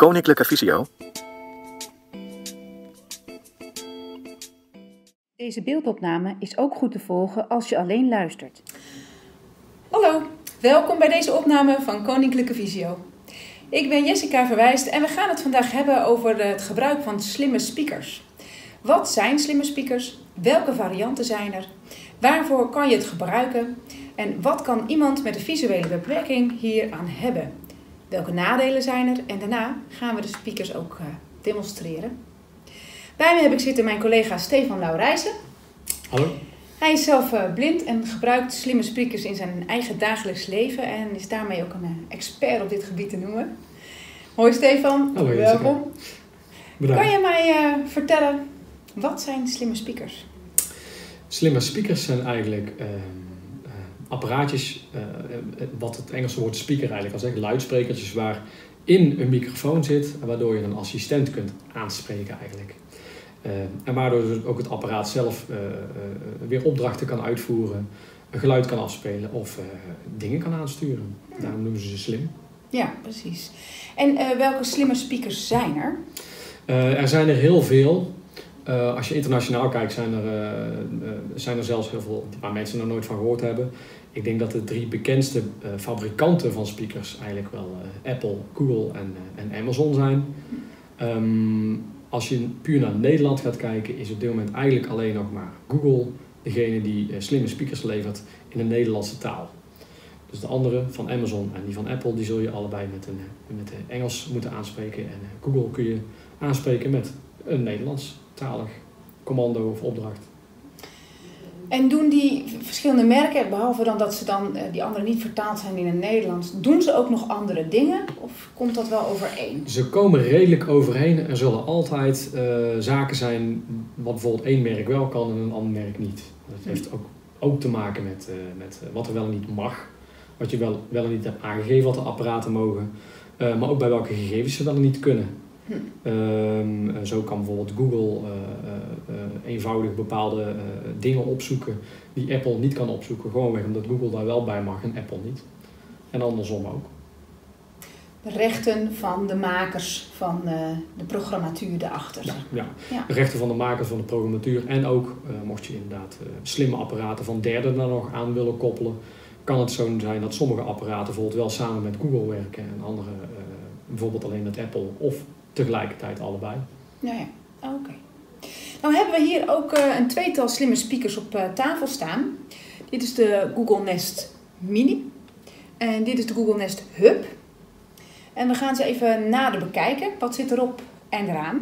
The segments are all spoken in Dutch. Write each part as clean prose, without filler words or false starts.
Koninklijke Visio. Deze beeldopname is ook goed te volgen als je alleen luistert. Hallo, welkom bij deze opname van Koninklijke Visio. Ik ben Jessica Verwijst en we gaan het vandaag hebben over het gebruik van slimme speakers. Wat zijn slimme speakers? Welke varianten zijn er? Waarvoor kan je het gebruiken? En wat kan iemand met een visuele beperking hier aan hebben? Welke nadelen zijn er? En daarna gaan we de speakers ook demonstreren. Bij me heb ik zitten mijn collega Stefan Laurijsen. Hallo. Hij is zelf blind en gebruikt slimme speakers in zijn eigen dagelijks leven en is daarmee ook een expert op dit gebied te noemen. Hoi Stefan, hallo, welkom. Bedankt. Kan je mij vertellen, wat zijn slimme speakers? Slimme speakers zijn eigenlijk apparaatjes, wat het Engelse woord speaker eigenlijk al zegt, luidsprekertjes waar in een microfoon zit, waardoor je een assistent kunt aanspreken eigenlijk. En waardoor dus ook het apparaat zelf weer opdrachten kan uitvoeren, een geluid kan afspelen of dingen kan aansturen. Daarom noemen ze slim. Ja, precies. En welke slimme speakers zijn er? Er zijn er heel veel. Als je internationaal kijkt zijn er zelfs heel veel waar mensen nog nooit van gehoord hebben. Ik denk dat de 3 bekendste fabrikanten van speakers eigenlijk wel Apple, Google en Amazon zijn. Als je puur naar Nederland gaat kijken, is op dit moment eigenlijk alleen nog maar Google degene die slimme speakers levert in de Nederlandse taal. Dus de andere van Amazon en die van Apple, die zul je allebei met Engels moeten aanspreken. En Google kun je aanspreken met een Nederlandstalig commando of opdracht. En doen die verschillende merken, behalve dan dat ze dan die andere niet vertaald zijn in het Nederlands, doen ze ook nog andere dingen? Of komt dat wel overeen? Ze komen redelijk overeen. Er zullen altijd zaken zijn wat bijvoorbeeld één merk wel kan en een ander merk niet. Dat heeft ook te maken met wat er wel en niet mag. Wat je wel en niet hebt aangegeven wat de apparaten mogen. Maar ook bij welke gegevens ze wel en niet kunnen. Zo kan bijvoorbeeld Google eenvoudig bepaalde dingen opzoeken die Apple niet kan opzoeken. Gewoonweg omdat Google daar wel bij mag en Apple niet. En andersom ook. De rechten van de makers van de programmatuur daarachter. Ja. De rechten van de makers van de programmatuur. En ook, mocht je inderdaad slimme apparaten van derden daar nog aan willen koppelen, kan het zo zijn dat sommige apparaten bijvoorbeeld wel samen met Google werken en andere bijvoorbeeld alleen met Apple of tegelijkertijd allebei. Ja. Oké. Nou hebben we hier ook een tweetal slimme speakers op tafel staan. Dit is de Google Nest Mini. En dit is de Google Nest Hub. En we gaan ze even nader bekijken. Wat zit erop en eraan?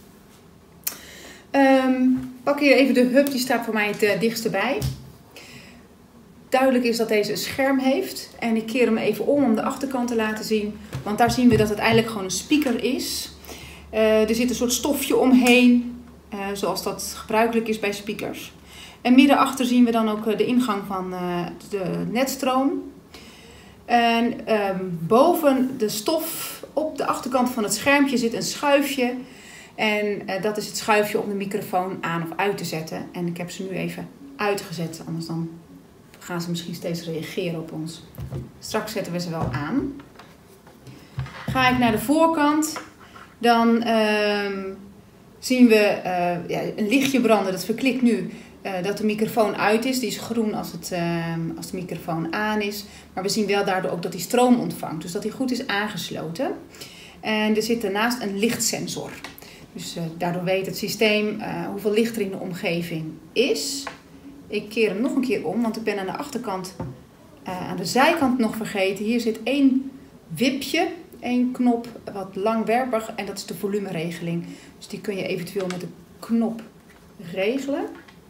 Pak hier even de Hub, die staat voor mij het dichtste bij. Duidelijk is dat deze een scherm heeft. En ik keer hem even om de achterkant te laten zien. Want daar zien we dat het eigenlijk gewoon een speaker is. Er zit een soort stofje omheen. Zoals dat gebruikelijk is bij speakers. En middenachter zien we dan ook de ingang van de netstroom. En boven de stof op de achterkant van het schermpje zit een schuifje. En dat is het schuifje om de microfoon aan of uit te zetten. En ik heb ze nu even uitgezet, anders dan gaan ze misschien steeds reageren op ons. Straks zetten we ze wel aan. Ga ik naar de voorkant, dan zien we een lichtje branden. Dat verklikt nu dat de microfoon uit is. Die is groen als de microfoon aan is. Maar we zien wel daardoor ook dat hij stroom ontvangt. Dus dat hij goed is aangesloten. En er zit daarnaast een lichtsensor. Dus daardoor weet het systeem hoeveel licht er in de omgeving is. Ik keer hem nog een keer om, want ik ben aan de achterkant, aan de zijkant nog vergeten. Hier zit 1 wipje, 1 knop, wat langwerpig. En dat is de volumeregeling. Dus die kun je eventueel met de knop regelen.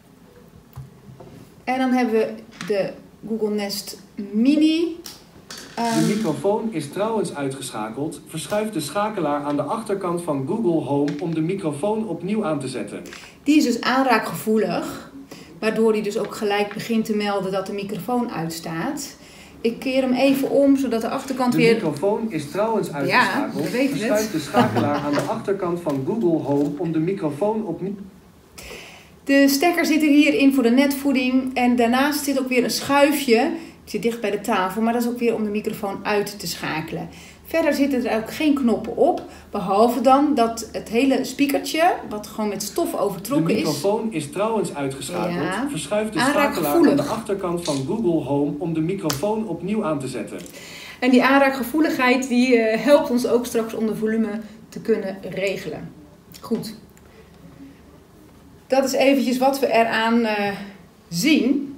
En dan hebben we de Google Nest Mini. De microfoon is trouwens uitgeschakeld. Verschuif de schakelaar aan de achterkant van Google Home om de microfoon opnieuw aan te zetten. Die is dus aanraakgevoelig, waardoor hij dus ook gelijk begint te melden dat de microfoon uitstaat. Ik keer hem even om, zodat de achterkant weer... De microfoon is trouwens uitgeschakeld. Ja, we weten Verschuif het. de schakelaar aan de achterkant van Google Home om de microfoon opnieuw... De stekker zit er hierin voor de netvoeding. En daarnaast zit ook weer een schuifje Ik zit dicht bij de tafel, maar dat is ook weer om de microfoon uit te schakelen. Verder zitten er ook geen knoppen op, behalve dan dat het hele speakertje, wat gewoon met stof overtrokken is. De microfoon is trouwens uitgeschakeld. Ja. Verschuif de schakelaar aan de achterkant van Google Home om de microfoon opnieuw aan te zetten. En die aanraakgevoeligheid die helpt ons ook straks om de volume te kunnen regelen. Goed. Dat is eventjes wat we eraan zien.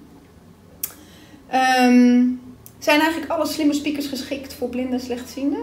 Zijn eigenlijk alle slimme speakers geschikt voor blinden en slechtzienden?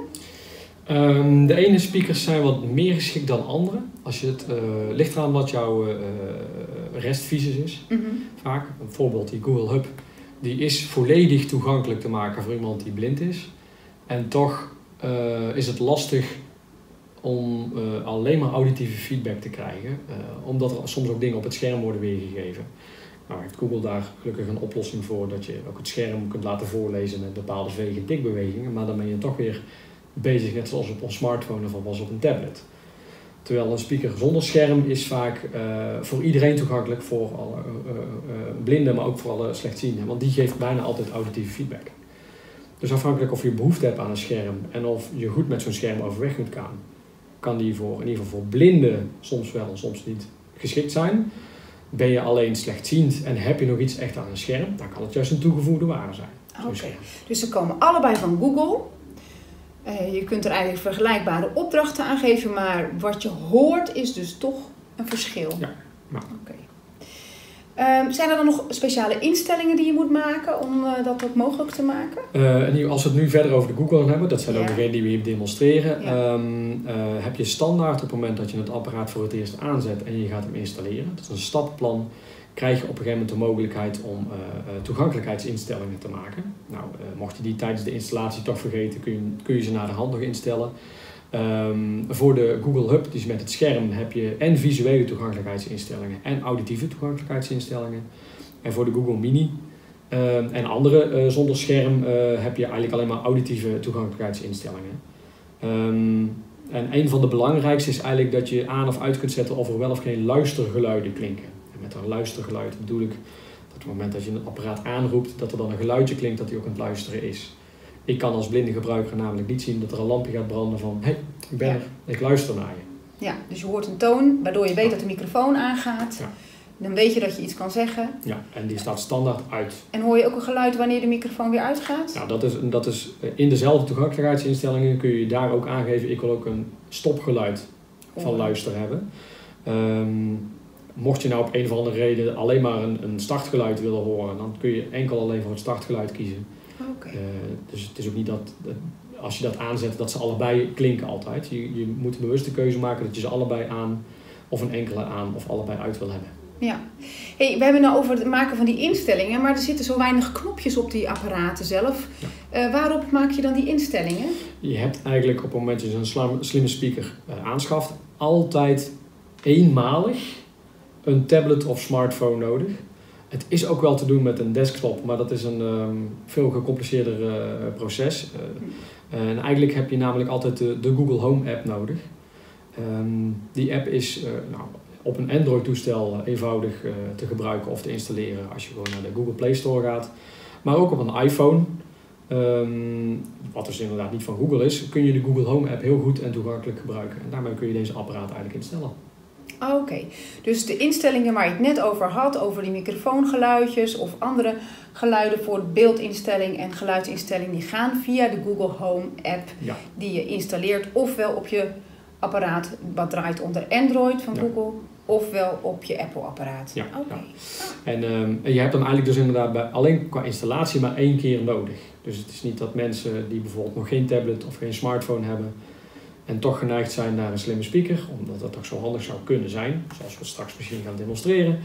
De ene speakers zijn wat meer geschikt dan andere. Als je het ligt eraan wat jouw restvisus is. Vaak. Een voorbeeld, die Google Hub. Die is volledig toegankelijk te maken voor iemand die blind is. En toch is het lastig om alleen maar auditieve feedback te krijgen. Omdat er soms ook dingen op het scherm worden weergegeven. Nou heeft Google daar gelukkig een oplossing voor dat je ook het scherm kunt laten voorlezen met bepaalde veeg- en tikbewegingen. Maar dan ben je toch weer bezig net zoals op een smartphone of was op een tablet. Terwijl een speaker zonder scherm is vaak voor iedereen toegankelijk, voor alle blinden, maar ook voor alle slechtzienden. Want die geeft bijna altijd auditieve feedback. Dus afhankelijk of je behoefte hebt aan een scherm en of je goed met zo'n scherm overweg kunt gaan, kan die in ieder geval voor blinden soms wel en soms niet geschikt zijn. Ben je alleen slechtziend en heb je nog iets echt aan een scherm, dan kan het juist een toegevoegde waarde zijn. Oké. Dus ze komen allebei van Google. Je kunt er eigenlijk vergelijkbare opdrachten aan geven, maar wat je hoort is dus toch een verschil. Ja. Nou. Oké. Zijn er dan nog speciale instellingen die je moet maken om dat ook mogelijk te maken? Als we het nu verder over de Google hebben, dat zijn ook Ja. degenen die we hier demonstreren, Ja. heb je standaard op het moment dat je het apparaat voor het eerst aanzet en je gaat hem installeren. Dat is een stappenplan. Krijg je op een gegeven moment de mogelijkheid om toegankelijkheidsinstellingen te maken. Nou, mocht je die tijdens de installatie toch vergeten, kun je ze naar de hand nog instellen. Voor de Google Hub, dus met het scherm, heb je en visuele toegankelijkheidsinstellingen en auditieve toegankelijkheidsinstellingen. En voor de Google Mini en andere zonder scherm heb je eigenlijk alleen maar auditieve toegankelijkheidsinstellingen. En een van de belangrijkste is eigenlijk dat je aan of uit kunt zetten of er wel of geen luistergeluiden klinken. En met een luistergeluid bedoel ik dat op het moment dat je het apparaat aanroept, dat er dan een geluidje klinkt dat hij ook aan het luisteren is. Ik kan als blinde gebruiker namelijk niet zien dat er een lampje gaat branden van hey, ik ben er, ik luister naar je. Ja, dus je hoort een toon waardoor je weet dat de microfoon aangaat. Ja. Dan weet je dat je iets kan zeggen. Ja, en die staat standaard uit. En hoor je ook een geluid wanneer de microfoon weer uitgaat? Nou, dat is in dezelfde toegankelijkheidsinstellingen kun je daar ook aangeven, ik wil ook een stopgeluid van luister hebben. Mocht je nou op een of andere reden alleen maar een startgeluid willen horen, dan kun je enkel alleen voor het startgeluid kiezen. Okay. Dus het is ook niet dat als je dat aanzet, dat ze allebei klinken altijd. Je moet een bewuste keuze maken dat je ze allebei aan, of een enkele aan, of allebei uit wil hebben. Ja. Hey, we hebben nou over het maken van die instellingen, maar er zitten zo weinig knopjes op die apparaten zelf. Ja. Waarop maak je dan die instellingen? Je hebt eigenlijk op het moment dat je een slimme speaker aanschaft, altijd eenmalig een tablet of smartphone nodig. Het is ook wel te doen met een desktop, maar dat is een veel gecompliceerder proces. En eigenlijk heb je namelijk altijd de Google Home app nodig. Die app is op een Android toestel eenvoudig te gebruiken of te installeren als je gewoon naar de Google Play Store gaat. Maar ook op een iPhone, wat dus inderdaad niet van Google is, kun je de Google Home app heel goed en toegankelijk gebruiken. En daarmee kun je deze apparaat eigenlijk instellen. Oké, dus de instellingen waar je het net over had, over die microfoongeluidjes of andere geluiden voor beeldinstelling en geluidsinstelling, die gaan via de Google Home app die je installeert, ofwel op je apparaat wat draait onder Android van Google, ofwel op je Apple apparaat. Ja, okay. En je hebt hem eigenlijk dus inderdaad alleen qua installatie maar 1 keer nodig. Dus het is niet dat mensen die bijvoorbeeld nog geen tablet of geen smartphone hebben en toch geneigd zijn naar een slimme speaker, omdat dat toch zo handig zou kunnen zijn, zoals we straks misschien gaan demonstreren,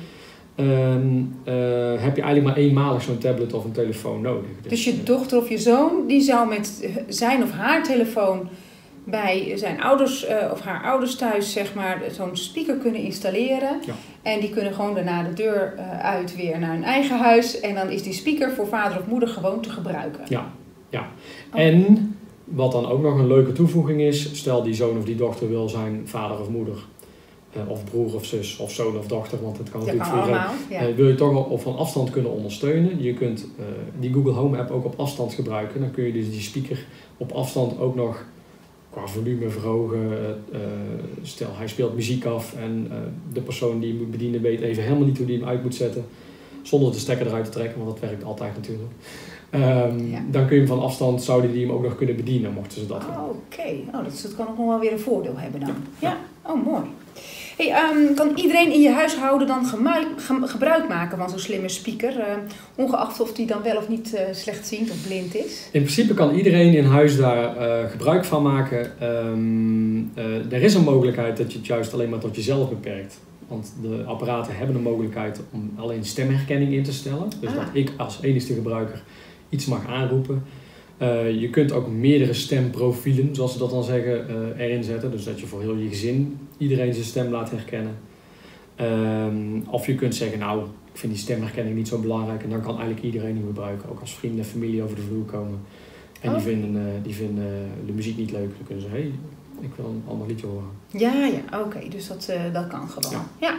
heb je eigenlijk maar eenmalig zo'n tablet of een telefoon nodig. Dus je dochter of je zoon, die zou met zijn of haar telefoon bij zijn ouders of haar ouders thuis zeg maar zo'n speaker kunnen installeren. Ja. En die kunnen gewoon daarna de deur uit weer naar hun eigen huis. En dan is die speaker voor vader of moeder gewoon te gebruiken. Ja, ja. Okay. En wat dan ook nog een leuke toevoeging is, stel die zoon of die dochter wil zijn vader of moeder of broer of zus of zoon of dochter, want het kan Dat natuurlijk kan voor allemaal. iedereen. Ja. Wil je toch op van afstand kunnen ondersteunen. Je kunt die Google Home app ook op afstand gebruiken. Dan kun je dus die speaker op afstand ook nog qua volume verhogen. Stel hij speelt muziek af en de persoon die je moet bedienen weet even helemaal niet hoe die hem uit moet zetten. Zonder de stekker eruit te trekken, want dat werkt altijd natuurlijk. Dan kun je hem van afstand, zouden die hem ook nog kunnen bedienen, mochten ze dat doen. Oké. Dat kan nog wel weer een voordeel hebben dan. Ja. Oh, mooi. Hey, kan iedereen in je huishouden dan gebruik maken van zo'n slimme speaker? Ongeacht of die dan wel of niet slechtziend of blind is? In principe kan iedereen in huis daar gebruik van maken. Er is een mogelijkheid dat je het juist alleen maar tot jezelf beperkt. Want de apparaten hebben de mogelijkheid om alleen stemherkenning in te stellen. Dus dat ik als enigste gebruiker iets mag aanroepen. Je kunt ook meerdere stemprofielen, zoals ze dat dan zeggen, erin zetten. Dus dat je voor heel je gezin iedereen zijn stem laat herkennen. Of je kunt zeggen, nou, ik vind die stemherkenning niet zo belangrijk. En dan kan eigenlijk iedereen hem gebruiken. Ook als vrienden en familie over de vloer komen. En die vinden de muziek niet leuk. Dan kunnen ze, hey, ik wil een ander liedje horen. Ja, oké. Dus dat kan gewoon. Ja.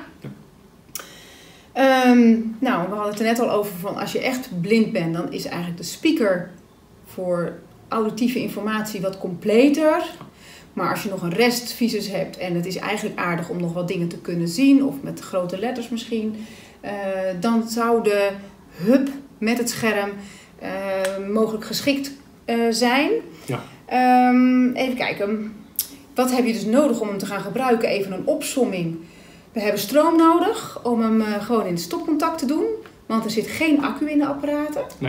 Nou, we hadden het er net al over van als je echt blind bent, dan is eigenlijk de speaker voor auditieve informatie wat completer. Maar als je nog een restvisus hebt en het is eigenlijk aardig om nog wat dingen te kunnen zien, of met grote letters misschien, dan zou de hub met het scherm mogelijk geschikt zijn. Ja. Even kijken. Wat heb je dus nodig om hem te gaan gebruiken? Even een opsomming. We hebben stroom nodig om hem gewoon in het stopcontact te doen. Want er zit geen accu in de apparaten. Nee.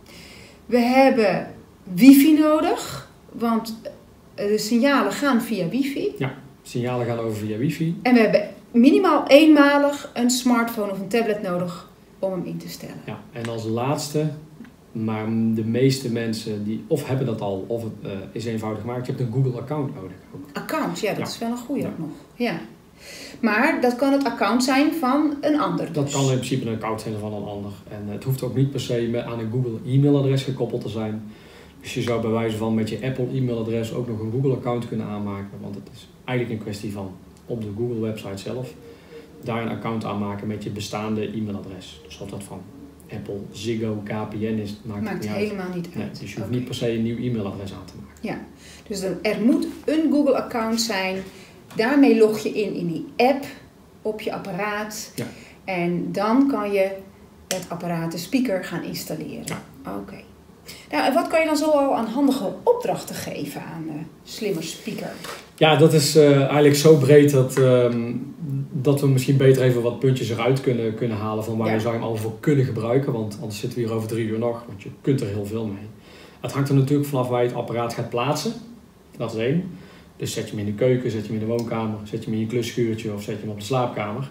We hebben wifi nodig. Want de signalen gaan via wifi. Ja, signalen gaan over via wifi. En we hebben minimaal eenmalig een smartphone of een tablet nodig om hem in te stellen. Ja, en als laatste, maar de meeste mensen die of hebben dat al of het is eenvoudig gemaakt. Je hebt een Google account nodig ook. Account, ja, dat is wel een goede Ja. ook nog. Ja. Maar dat kan het account zijn van een ander. Dat dus. kan in principe een account zijn van een ander. En het hoeft ook niet per se aan een Google e-mailadres gekoppeld te zijn. Dus je zou bij wijze van met je Apple e-mailadres ook nog een Google account kunnen aanmaken. Want het is eigenlijk een kwestie van op de Google website zelf daar een account aanmaken met je bestaande e-mailadres. Dus of dat van Apple, Ziggo, KPN is, maakt het niet uit. helemaal niet uit. Nee, dus je hoeft niet per se een nieuw e-mailadres aan te maken. Ja, dus er moet een Google account zijn. Daarmee log je in die app op je apparaat. Ja. En dan kan je het apparaat, de speaker, gaan installeren. Ja. Oké. Nou, en wat kan je dan zo al aan handige opdrachten geven aan de slimme speaker? Ja, dat is eigenlijk zo breed dat we misschien beter even wat puntjes eruit kunnen halen van waar je zou hem al voor kunnen gebruiken. Want anders zitten we hier over 3 uur nog, want je kunt er heel veel mee. Het hangt er natuurlijk vanaf waar je het apparaat gaat plaatsen. Dat is 1. Dus zet je hem in de keuken, zet je hem in de woonkamer, zet je hem in je klusschuurtje of zet je hem op de slaapkamer.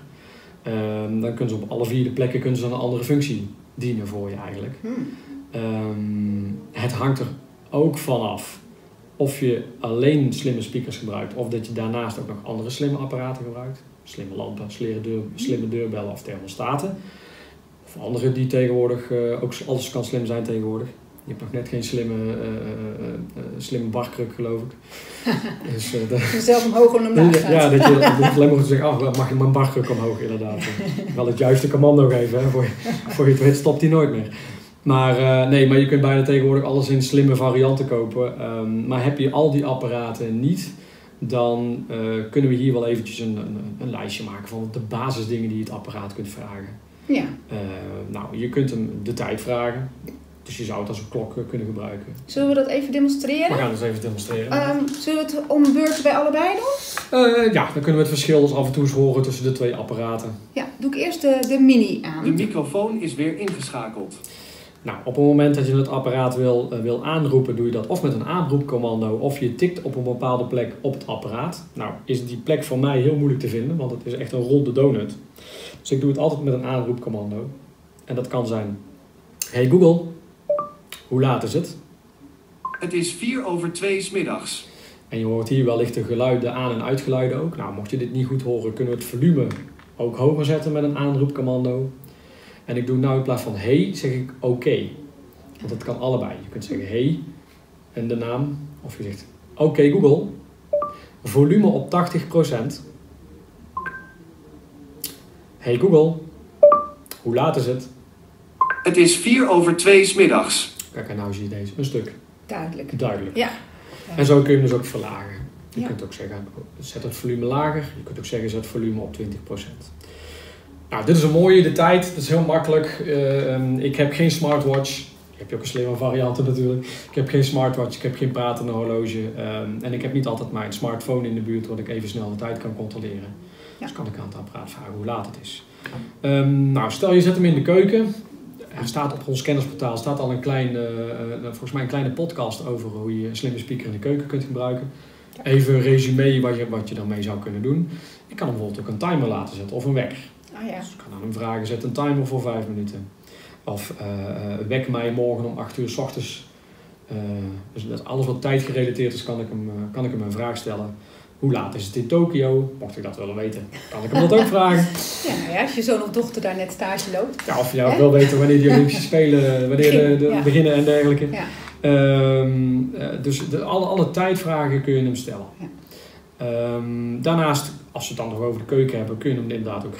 Dan kunnen ze op alle 4 de plekken kunnen ze een andere functie dienen voor je eigenlijk. Het hangt er ook vanaf of je alleen slimme speakers gebruikt of dat je daarnaast ook nog andere slimme apparaten gebruikt. Slimme lampen, slimme deurbellen of thermostaten. Of andere die tegenwoordig, ook alles kan slim zijn tegenwoordig. Je hebt nog net geen slimme barkruk, geloof ik. Dus, Zelf omhoog en omlaag gaat. Ja, dat je alleen maar zeggen, mag je mijn barkruk omhoog inderdaad. Wel het juiste commando geven, hè, voor je het weet stopt hij nooit meer. Maar maar je kunt bijna tegenwoordig alles in slimme varianten kopen. Maar heb je al die apparaten niet, dan kunnen we hier wel eventjes een lijstje maken van de basisdingen die je het apparaat kunt vragen. Ja. Je kunt hem de tijd vragen. Dus je zou het als een klok kunnen gebruiken. Zullen we dat even demonstreren? We gaan het even demonstreren. Zullen we het om een beurt bij allebei doen? Ja, dan kunnen we het verschil dus af en toe eens horen tussen de 2 apparaten. Ja, doe ik eerst de mini aan. De microfoon is weer ingeschakeld. Nou, op het moment dat je het apparaat wil aanroepen, doe je dat of met een aanroepcommando of je tikt op een bepaalde plek op het apparaat. Nou, is die plek voor mij heel moeilijk te vinden, want het is echt een ronde donut. Dus ik doe het altijd met een aanroepcommando. En dat kan zijn: hey Google, hoe laat is het? Het is 2:04 's middags. En je hoort hier wellicht de geluiden, aan- en uitgeluiden ook. Nou, mocht je dit niet goed horen, kunnen we het volume ook hoger zetten met een aanroepcommando. En ik doe nou in plaats van hey, zeg ik oké. Want dat kan allebei. Je kunt zeggen hey en de naam. Of je zegt oké Google, volume op 80%. Hey Google, hoe laat is het? Het is 2:04 's middags. Kijk, en nou zie je deze een stuk Duidelijk. Ja. En zo kun je hem dus ook verlagen. Je Ja. kunt ook zeggen, zet het volume lager. Je kunt ook zeggen, zet het volume op 20%. Nou, dit is een mooie, de tijd. Dat is heel makkelijk. Ik heb geen smartwatch. Je hebt ook een slimme varianten natuurlijk. Ik heb geen smartwatch, ik heb geen pratende horloge. En ik heb niet altijd mijn smartphone in de buurt, waar ik even snel de tijd kan controleren. Ja. Dus kan ik aan het apparaat vragen hoe laat het is. Nou, stel je zet hem in de keuken. Er staat op ons kennisportaal staat al volgens mij een kleine podcast over hoe je een slimme speaker in de keuken kunt gebruiken. Even een resume wat je daarmee zou kunnen doen. Ik kan hem bijvoorbeeld ook een timer laten zetten of een wekker. Ah ja. Dus ik kan aan hem vragen, zet een timer voor 5 minuten. Of wek mij morgen om 8 uur 's ochtends. Dus dat alles wat tijd gerelateerd is, kan ik hem een vraag stellen. Hoe laat is het in Tokio? Mocht ik dat willen weten, kan ik hem dat ook vragen. Ja, nou ja, als je zoon of dochter daar net stage loopt. Ja, of je ook wil weten wanneer de Olympische Spelen beginnen en dergelijke. Ja. Dus alle tijdvragen kun je hem stellen. Ja. Daarnaast, als we het dan nog over de keuken hebben, kun je hem inderdaad ook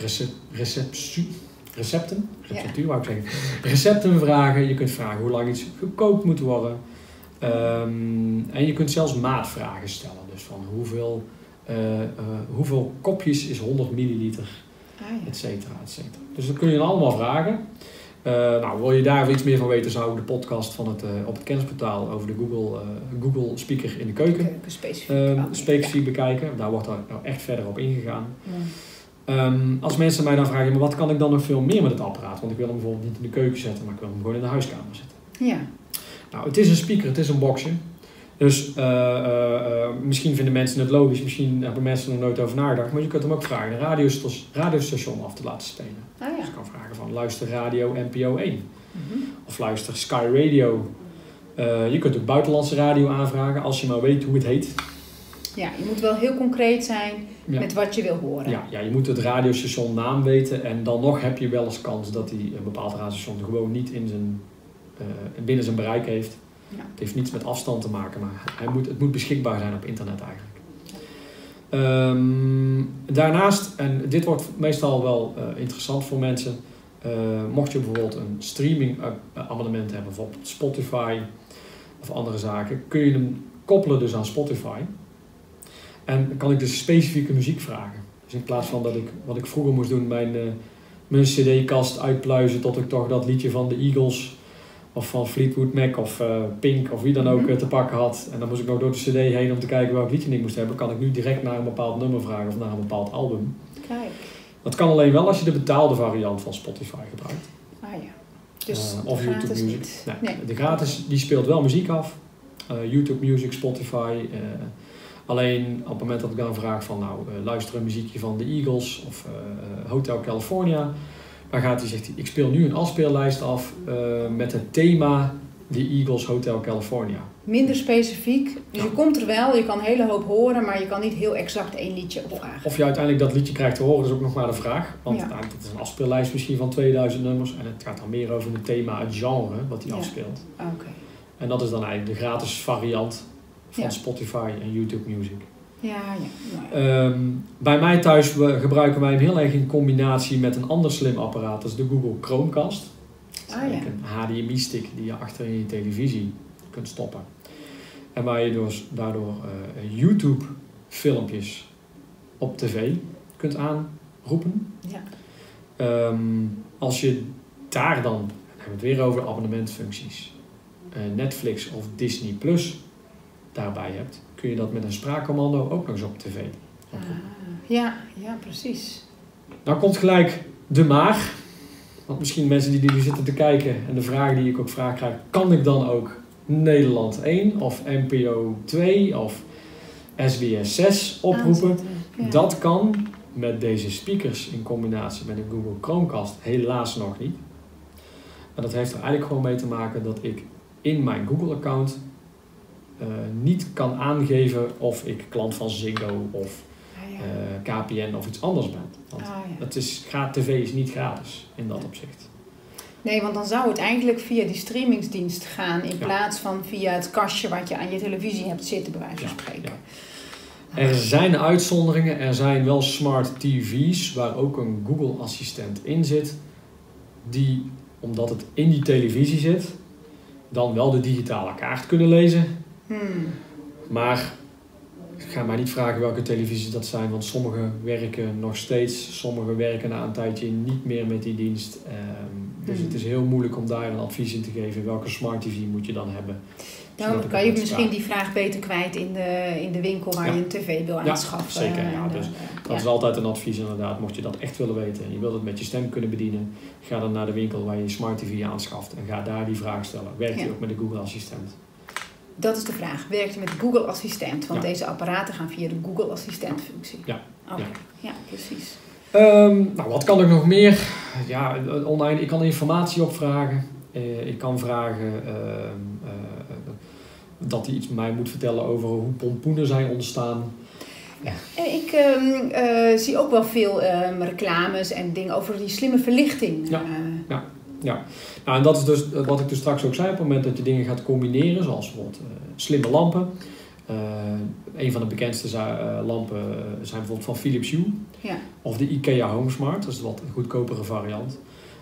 recepten vragen. Je kunt vragen hoe lang iets gekookt moet worden. En je kunt zelfs maatvragen stellen. Dus van hoeveel kopjes is 100 milliliter, et cetera, et cetera. Dus dat kun je dan allemaal vragen. Nou, wil je daar iets meer van weten, zou ik de podcast op het kennisportaal over de Google Speaker in de keuken specifiek bekijken. Daar wordt er nou echt verder op ingegaan. Ja. Als mensen mij dan vragen, maar wat kan ik dan nog veel meer met het apparaat? Want ik wil hem bijvoorbeeld niet in de keuken zetten, maar ik wil hem gewoon in de huiskamer zetten. Ja. Nou, het is een speaker, het is een boxje. Dus misschien vinden mensen het logisch, misschien hebben mensen er nooit over nagedacht, maar je kunt hem ook vragen een radiostation af te laten spelen. Ah, ja. Dus je kan vragen van luister radio NPO 1 of luister Sky Radio. Je kunt ook buitenlandse radio aanvragen als je maar weet hoe het heet. Ja, je moet wel heel concreet zijn met wat je wil horen. Ja, je moet het radiostation naam weten en dan nog heb je wel eens kans dat hij een bepaald radiostation gewoon niet binnen zijn bereik heeft. Ja. Het heeft niets met afstand te maken, maar het moet beschikbaar zijn op internet eigenlijk. Daarnaast, en dit wordt meestal wel interessant voor mensen, mocht je bijvoorbeeld een streaming abonnement hebben, bijvoorbeeld Spotify of andere zaken, kun je hem koppelen dus aan Spotify. En dan kan ik dus specifieke muziek vragen. Dus in plaats van wat ik vroeger moest doen, mijn cd-kast uitpluizen tot ik toch dat liedje van de Eagles of van Fleetwood Mac of Pink of wie dan ook te pakken had. En dan moest ik nog door de cd heen om te kijken welk liedje ik moest hebben. Kan ik nu direct naar een bepaald nummer vragen of naar een bepaald album. Kijk. Dat kan alleen wel als je de betaalde variant van Spotify gebruikt. Ah ja. Dus of YouTube Music. Niet. Nee. De gratis die speelt wel muziek af. YouTube Music, Spotify. Alleen op het moment dat ik dan vraag van luister een muziekje van de Eagles of Hotel California. Dan zegt hij, ik speel nu een afspeellijst af met het thema The Eagles Hotel California. Minder specifiek. Dus je komt er wel, je kan een hele hoop horen, maar je kan niet heel exact één liedje opvragen. Of je uiteindelijk dat liedje krijgt te horen, is ook nog maar de vraag. Want het is een afspeellijst misschien van 2000 nummers. En het gaat dan meer over het thema, het genre wat hij afspeelt. Okay. En dat is dan eigenlijk de gratis variant van Spotify en YouTube Music. Bij mij thuis gebruiken wij hem heel erg in combinatie met een ander slim apparaat. Dat is de Google Chromecast. Een HDMI-stick die je achter in je televisie kunt stoppen. En waar je dus daardoor YouTube-filmpjes op tv kunt aanroepen. Ja. Als je daar dan hebben we het weer over abonnementfuncties, Netflix of Disney Plus daarbij hebt, kun je dat met een spraakcommando ook nog eens op tv oproepen. Ja, precies. Nou komt gelijk de maar. Want misschien mensen die nu zitten te kijken en de vraag die ik ook krijg, kan ik dan ook Nederland 1 of NPO 2 of SBS 6 oproepen? Ja. Dat kan met deze speakers in combinatie met een Google Chromecast helaas nog niet. En dat heeft er eigenlijk gewoon mee te maken dat ik in mijn Google-account niet kan aangeven of ik klant van Ziggo of KPN of iets anders ben. Want tv is niet gratis in dat opzicht. Nee, want dan zou het eigenlijk via die streamingsdienst gaan in plaats van via het kastje wat je aan je televisie hebt zitten, bij wijze van spreken. Er zijn uitzonderingen. Er zijn wel smart TV's waar ook een Google Assistent in zit. Die, omdat het in die televisie zit, dan wel de digitale kaart kunnen lezen. Maar ga mij niet vragen welke televisies dat zijn, want sommige werken nog steeds, sommige werken na een tijdje niet meer met die dienst. Dus het is heel moeilijk om daar een advies in te geven. Welke smart TV moet je dan hebben? Dan kan je misschien die vraag beter kwijt in de winkel waar je een tv wil aanschaffen. Zeker. Dus dat is altijd een advies inderdaad. Mocht je dat echt willen weten en je wilt het met je stem kunnen bedienen, ga dan naar de winkel waar je een smart TV aanschaft en ga daar die vraag stellen. Werkt hij ook met de Google Assistent? Dat is de vraag. Werkt hij met de Google Assistent? Want deze apparaten gaan via de Google Assistent functie. Ja. Ja, precies. Nou, wat kan ik nog meer? Ja, online. Ik kan informatie opvragen. Ik kan vragen dat hij iets mij moet vertellen over hoe pompoenen zijn ontstaan. Ja. Ik zie ook wel veel reclames en dingen over die slimme verlichting. Ja, nou, en dat is dus wat ik dus straks ook zei. Op het moment dat je dingen gaat combineren, zoals bijvoorbeeld slimme lampen. Een van de bekendste lampen zijn bijvoorbeeld van Philips Hue. Ja. Of de IKEA Home Smart, dat is wat een goedkopere variant.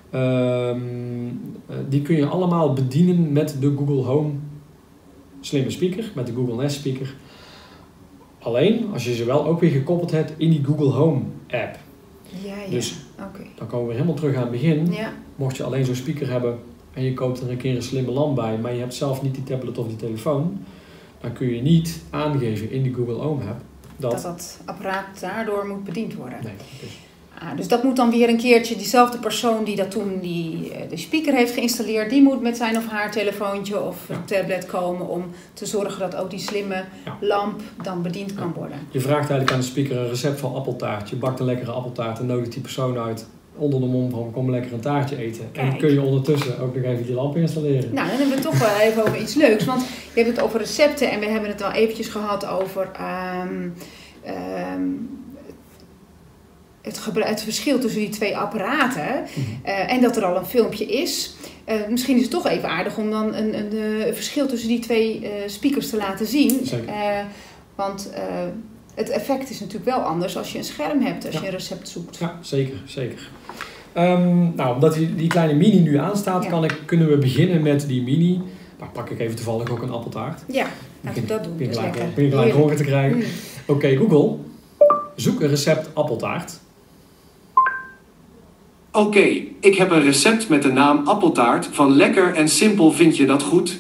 Die kun je allemaal bedienen met de Google Home slimme speaker, met de Google Nest speaker. Alleen als je ze wel ook weer gekoppeld hebt in die Google Home app. Dus dan komen we weer helemaal terug aan het begin. Ja. Mocht je alleen zo'n speaker hebben en je koopt er een keer een slimme lamp bij, maar je hebt zelf niet die tablet of die telefoon, dan kun je niet aangeven in die Google Home app dat apparaat daardoor moet bediend worden. Nee, dus dat moet dan weer een keertje, diezelfde persoon die dat toen de speaker heeft geïnstalleerd, die moet met zijn of haar telefoontje of tablet komen om te zorgen dat ook die slimme lamp dan bediend kan worden. Je vraagt eigenlijk aan de speaker een recept van appeltaart. Je bakt een lekkere appeltaart en nodigt die persoon uit onder de mom van kom lekker een taartje eten. Kijk. En kun je ondertussen ook nog even die lamp installeren. Nou, dan hebben we het toch wel even over iets leuks. Want je hebt het over recepten en we hebben het wel eventjes gehad over het verschil tussen die twee apparaten. En dat er al een filmpje is. Misschien is het toch even aardig om dan een verschil tussen die twee speakers te laten zien. Want het effect is natuurlijk wel anders als je een scherm hebt, als je een recept zoekt. Ja, zeker. Nou, omdat die kleine mini nu aanstaat, kunnen we beginnen met die mini. Nou, pak ik even toevallig ook een appeltaart. Ja, laten we dat doen. Begin gelijk horen te krijgen. Oké, Google, zoek een recept appeltaart. Oké, ik heb een recept met de naam appeltaart van Lekker en Simpel. Vind je dat goed?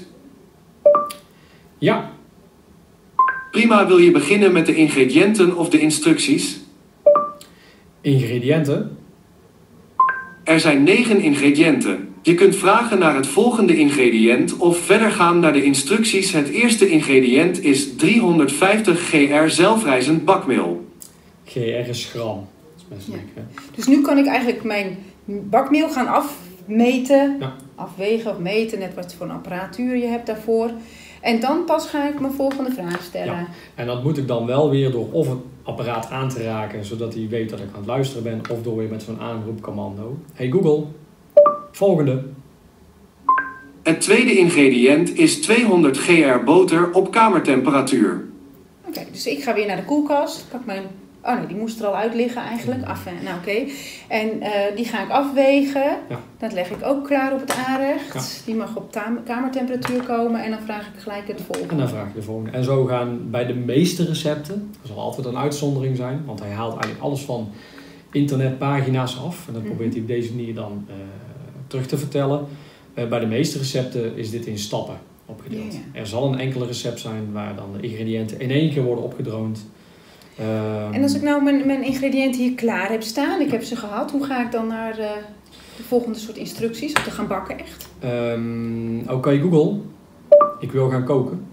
Ja. Prima, wil je beginnen met de ingrediënten of de instructies? Ingrediënten? Er zijn 9 ingrediënten. Je kunt vragen naar het volgende ingrediënt of verder gaan naar de instructies. Het eerste ingrediënt is 350 gr zelfrijzend bakmeel. GR is gram. Dat is best lekker. Dus nu kan ik eigenlijk mijn bakmeel gaan afmeten, afwegen of meten, net wat voor een apparatuur je hebt daarvoor. En dan pas ga ik mijn volgende vraag stellen. Ja. En dat moet ik dan wel weer door of het apparaat aan te raken, zodat hij weet dat ik aan het luisteren ben, of door weer met zo'n aanroepcommando. Hey Google, volgende. Het tweede ingrediënt is 200 gr boter op kamertemperatuur. Oké, dus ik ga weer naar de koelkast, pak mijn... Oh nee, die moest er al uit liggen eigenlijk. En die ga ik afwegen. Ja. Dat leg ik ook klaar op het aanrecht. Ja. Die mag op kamertemperatuur komen. En dan vraag ik gelijk het volgende. En dan vraag ik de volgende. En zo gaan bij de meeste recepten, er zal altijd een uitzondering zijn. Want hij haalt eigenlijk alles van internetpagina's af. En dat probeert hij op deze manier dan terug te vertellen. Bij de meeste recepten is dit in stappen opgedeeld. Ja. Er zal een enkele recept zijn waar dan de ingrediënten in één keer worden opgedroomd. En als ik nou mijn ingrediënten hier klaar heb staan, ik heb ze gehad, hoe ga ik dan naar de volgende soort instructies om te gaan bakken echt? Oké, Google, ik wil gaan koken.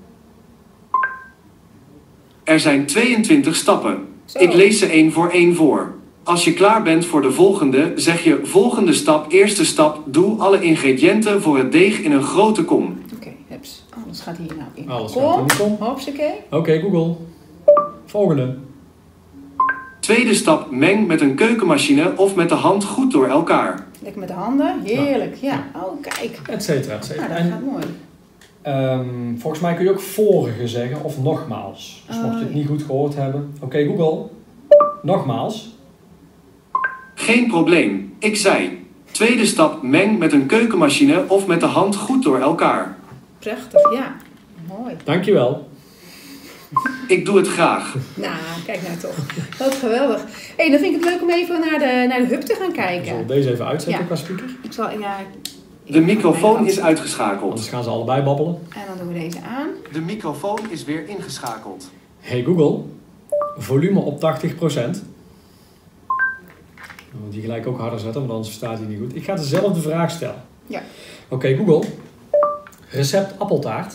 Er zijn 22 stappen. Zo. Ik lees ze 1 voor 1 voor. Als je klaar bent voor de volgende, zeg je volgende stap, eerste stap, doe alle ingrediënten voor het deeg in een grote kom. Oké, heps. Alles gaat hier nou in. Alles gaat in de kom. Hopsakee. Oké, Google. Volgende. Tweede stap, meng met een keukenmachine of met de hand goed door elkaar. Lekker met de handen, heerlijk. Ja. Oh, kijk. Etcetera, etcetera. Nou, dat gaat mooi. Volgens mij kun je ook vorige zeggen of nogmaals. Dus mocht je het niet goed gehoord hebben. Oké, Google. Nogmaals. Geen probleem. Ik zei. Tweede stap, meng met een keukenmachine of met de hand goed door elkaar. Prachtig, ja. Mooi. Dankjewel. Ik doe het graag. Nou, kijk nou toch. Wat geweldig. Hey, dan vind ik het leuk om even naar de hub te gaan kijken. Zullen we deze even uitzetten qua speaker? Ik zal, De microfoon is uitgeschakeld. Anders gaan ze allebei babbelen. En dan doen we deze aan. De microfoon is weer ingeschakeld. Hey Google, volume op 80%. Die gelijk ook harder zetten, want anders verstaat hij niet goed. Ik ga dezelfde vraag stellen. Ja. Oké, Google. Recept appeltaart.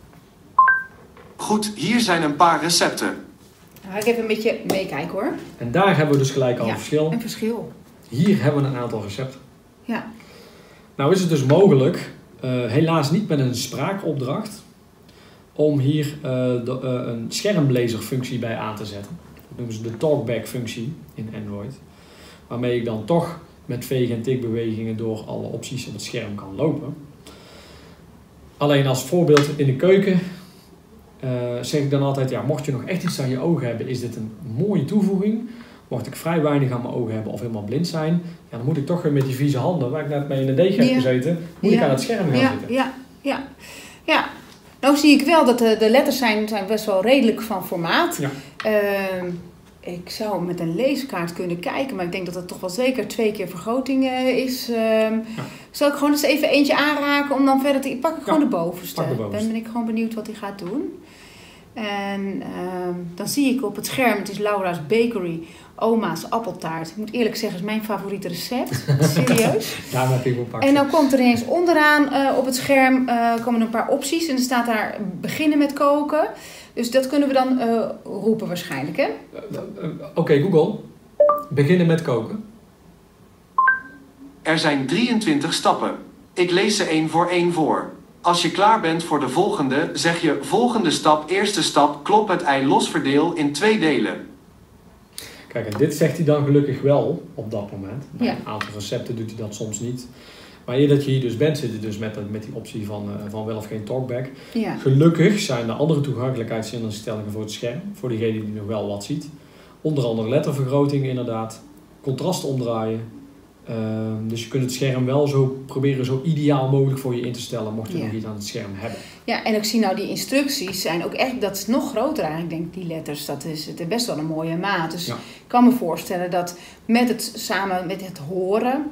Goed, hier zijn een paar recepten. Dan ga ik even een beetje meekijken hoor. En daar hebben we dus gelijk al een verschil. Een verschil. Hier hebben we een aantal recepten. Ja. Nou is het dus mogelijk, helaas niet met een spraakopdracht, om hier een schermlezerfunctie bij aan te zetten. Dat noemen ze de talkback functie in Android. Waarmee ik dan toch met veeg- en tikbewegingen door alle opties op het scherm kan lopen. Alleen als voorbeeld in de keuken zeg ik dan altijd, ja, mocht je nog echt iets aan je ogen hebben, is dit een mooie toevoeging. Mocht ik vrij weinig aan mijn ogen hebben of helemaal blind zijn, ja, dan moet ik toch weer met die vieze handen, waar ik net mee in de deeg heb gezeten, moet ik aan het scherm gaan zitten. Ja. Nou zie ik wel dat de letters zijn best wel redelijk van formaat. Ja. Ik zou met een leeskaart kunnen kijken, maar ik denk dat het toch wel zeker 2 keer vergroting is. Zal ik gewoon eens even eentje aanraken om dan verder te... Ik pak gewoon de bovenste. Dan ben ik gewoon benieuwd wat hij gaat doen. En dan zie ik op het scherm, het is Laura's Bakery, oma's appeltaart. Ik moet eerlijk zeggen, het is mijn favoriete recept. Serieus. Daar heb ik op pakken. En dan komt er ineens onderaan op het scherm komen er een paar opties. En er staat daar beginnen met koken. Dus dat kunnen we dan roepen waarschijnlijk, hè? Oké, Google. Beginnen met koken. Er zijn 23 stappen. Ik lees ze 1 voor 1 voor. Als je klaar bent voor de volgende, zeg je volgende stap, eerste stap, klop het ei los, verdeel in 2 delen. Kijk, en dit zegt hij dan gelukkig wel op dat moment. Bij Ja. een aantal recepten doet hij dat soms niet. Maar eer dat je hier dus bent, zit je dus met die optie van wel of geen talkback. Ja. Gelukkig zijn er andere toegankelijkheidsinstellingen voor het scherm, voor diegene die nog wel wat ziet. Onder andere lettervergroting inderdaad, contrast omdraaien. Dus je kunt het scherm wel proberen zo ideaal mogelijk voor je in te stellen, mocht je nog iets aan het scherm hebben. Ja, en ik zie nou die instructies zijn ook echt, dat is nog groter eigenlijk, denk ik, die letters. Dat is het best wel een mooie maat. Dus ik kan me voorstellen dat samen met het horen,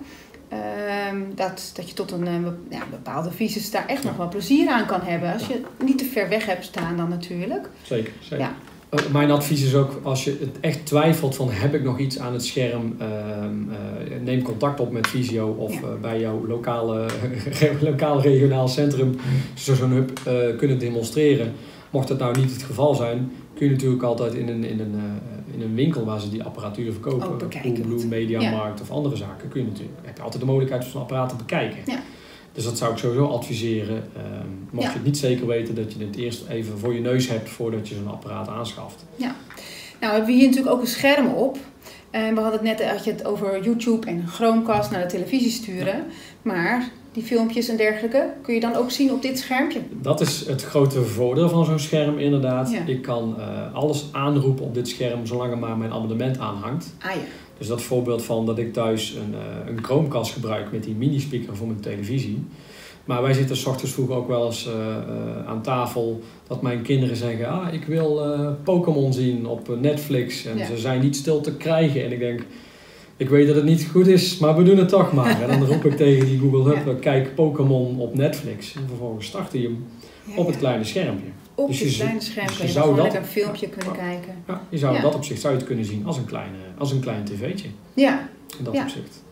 dat je tot een bepaalde visus daar echt nog wel plezier aan kan hebben. Als je niet te ver weg hebt staan dan natuurlijk. Zeker. Ja. Mijn advies is ook, als je het echt twijfelt van heb ik nog iets aan het scherm, neem contact op met Visio of bij jouw lokaal regionaal centrum, zo'n hub kunnen demonstreren. Mocht dat nou niet het geval zijn, kun je natuurlijk altijd in een winkel waar ze die apparatuur verkopen, Coolblue, Mediamarkt of andere zaken, heb je altijd de mogelijkheid om zo'n apparaat te bekijken. Ja. Dus dat zou ik sowieso adviseren. Mocht je het niet zeker weten, dat je het eerst even voor je neus hebt voordat je zo'n apparaat aanschaft. Ja. Nou hebben we hier natuurlijk ook een scherm op. En we hadden het net had je het over YouTube en Chromecast naar de televisie sturen. Ja. Maar die filmpjes en dergelijke kun je dan ook zien op dit schermpje. Dat is het grote voordeel van zo'n scherm inderdaad. Ja. Ik kan alles aanroepen op dit scherm zolang er maar mijn abonnement aanhangt. Ah ja. Dus dat voorbeeld van dat ik thuis een Chromecast gebruik met die mini-speaker voor mijn televisie. Maar wij zitten 's ochtends vroeg ook wel eens aan tafel dat mijn kinderen zeggen, ik wil Pokémon zien op Netflix. En ze zijn niet stil te krijgen. En ik denk, ik weet dat het niet goed is, maar we doen het toch maar. En dan roep ik tegen die Google Hub, kijk Pokémon op Netflix. En vervolgens start hij hem op het kleine schermpje. Op dus je kleine schermpje, je zou dat een filmpje kunnen kijken. Ja, je zou dat opzicht zou je het kunnen zien als een klein tv'tje. Ja. In dat opzicht.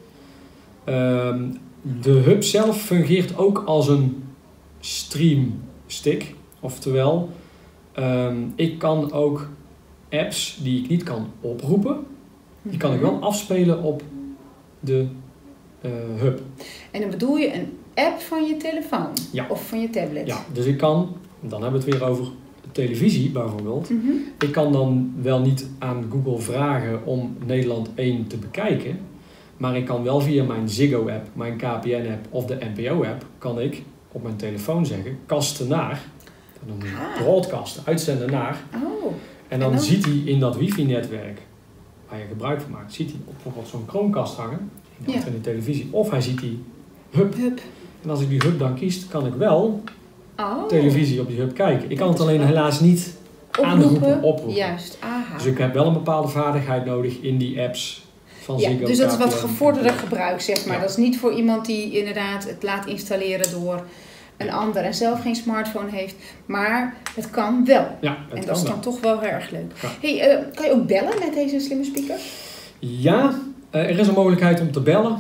De hub zelf fungeert ook als een streamstick. Oftewel, ik kan ook apps die ik niet kan oproepen, die kan ik wel afspelen op de hub. En dan bedoel je een app van je telefoon of van je tablet? Ja, dus ik kan, dan hebben we het weer over televisie bijvoorbeeld. Ik kan dan wel niet aan Google vragen om Nederland 1 te bekijken. Maar ik kan wel via mijn Ziggo-app, mijn KPN-app of de NPO-app, kan ik op mijn telefoon zeggen, kasten naar. Dan broadcasten, uitzenden naar. Oh. En dan ziet hij in dat wifi-netwerk, waar je gebruik van maakt, ziet hij op bijvoorbeeld zo'n Chromecast hangen, in de televisie. Of hij ziet die hub. En als ik die hub dan kies, kan ik wel televisie op die hub kijken. Ik kan het alleen helaas niet oproepen. Juist, aha. Dus ik heb wel een bepaalde vaardigheid nodig in die apps van Ziggo. Dus dat is wat KPN, gevorderde gebruik, zeg maar. Ja. Dat is niet voor iemand die inderdaad het laat installeren door een ander en zelf geen smartphone heeft. Maar het kan wel. Ja, en dat is dan toch wel heel erg leuk. Ja. Hey, kan je ook bellen met deze slimme speaker? Ja, er is een mogelijkheid om te bellen.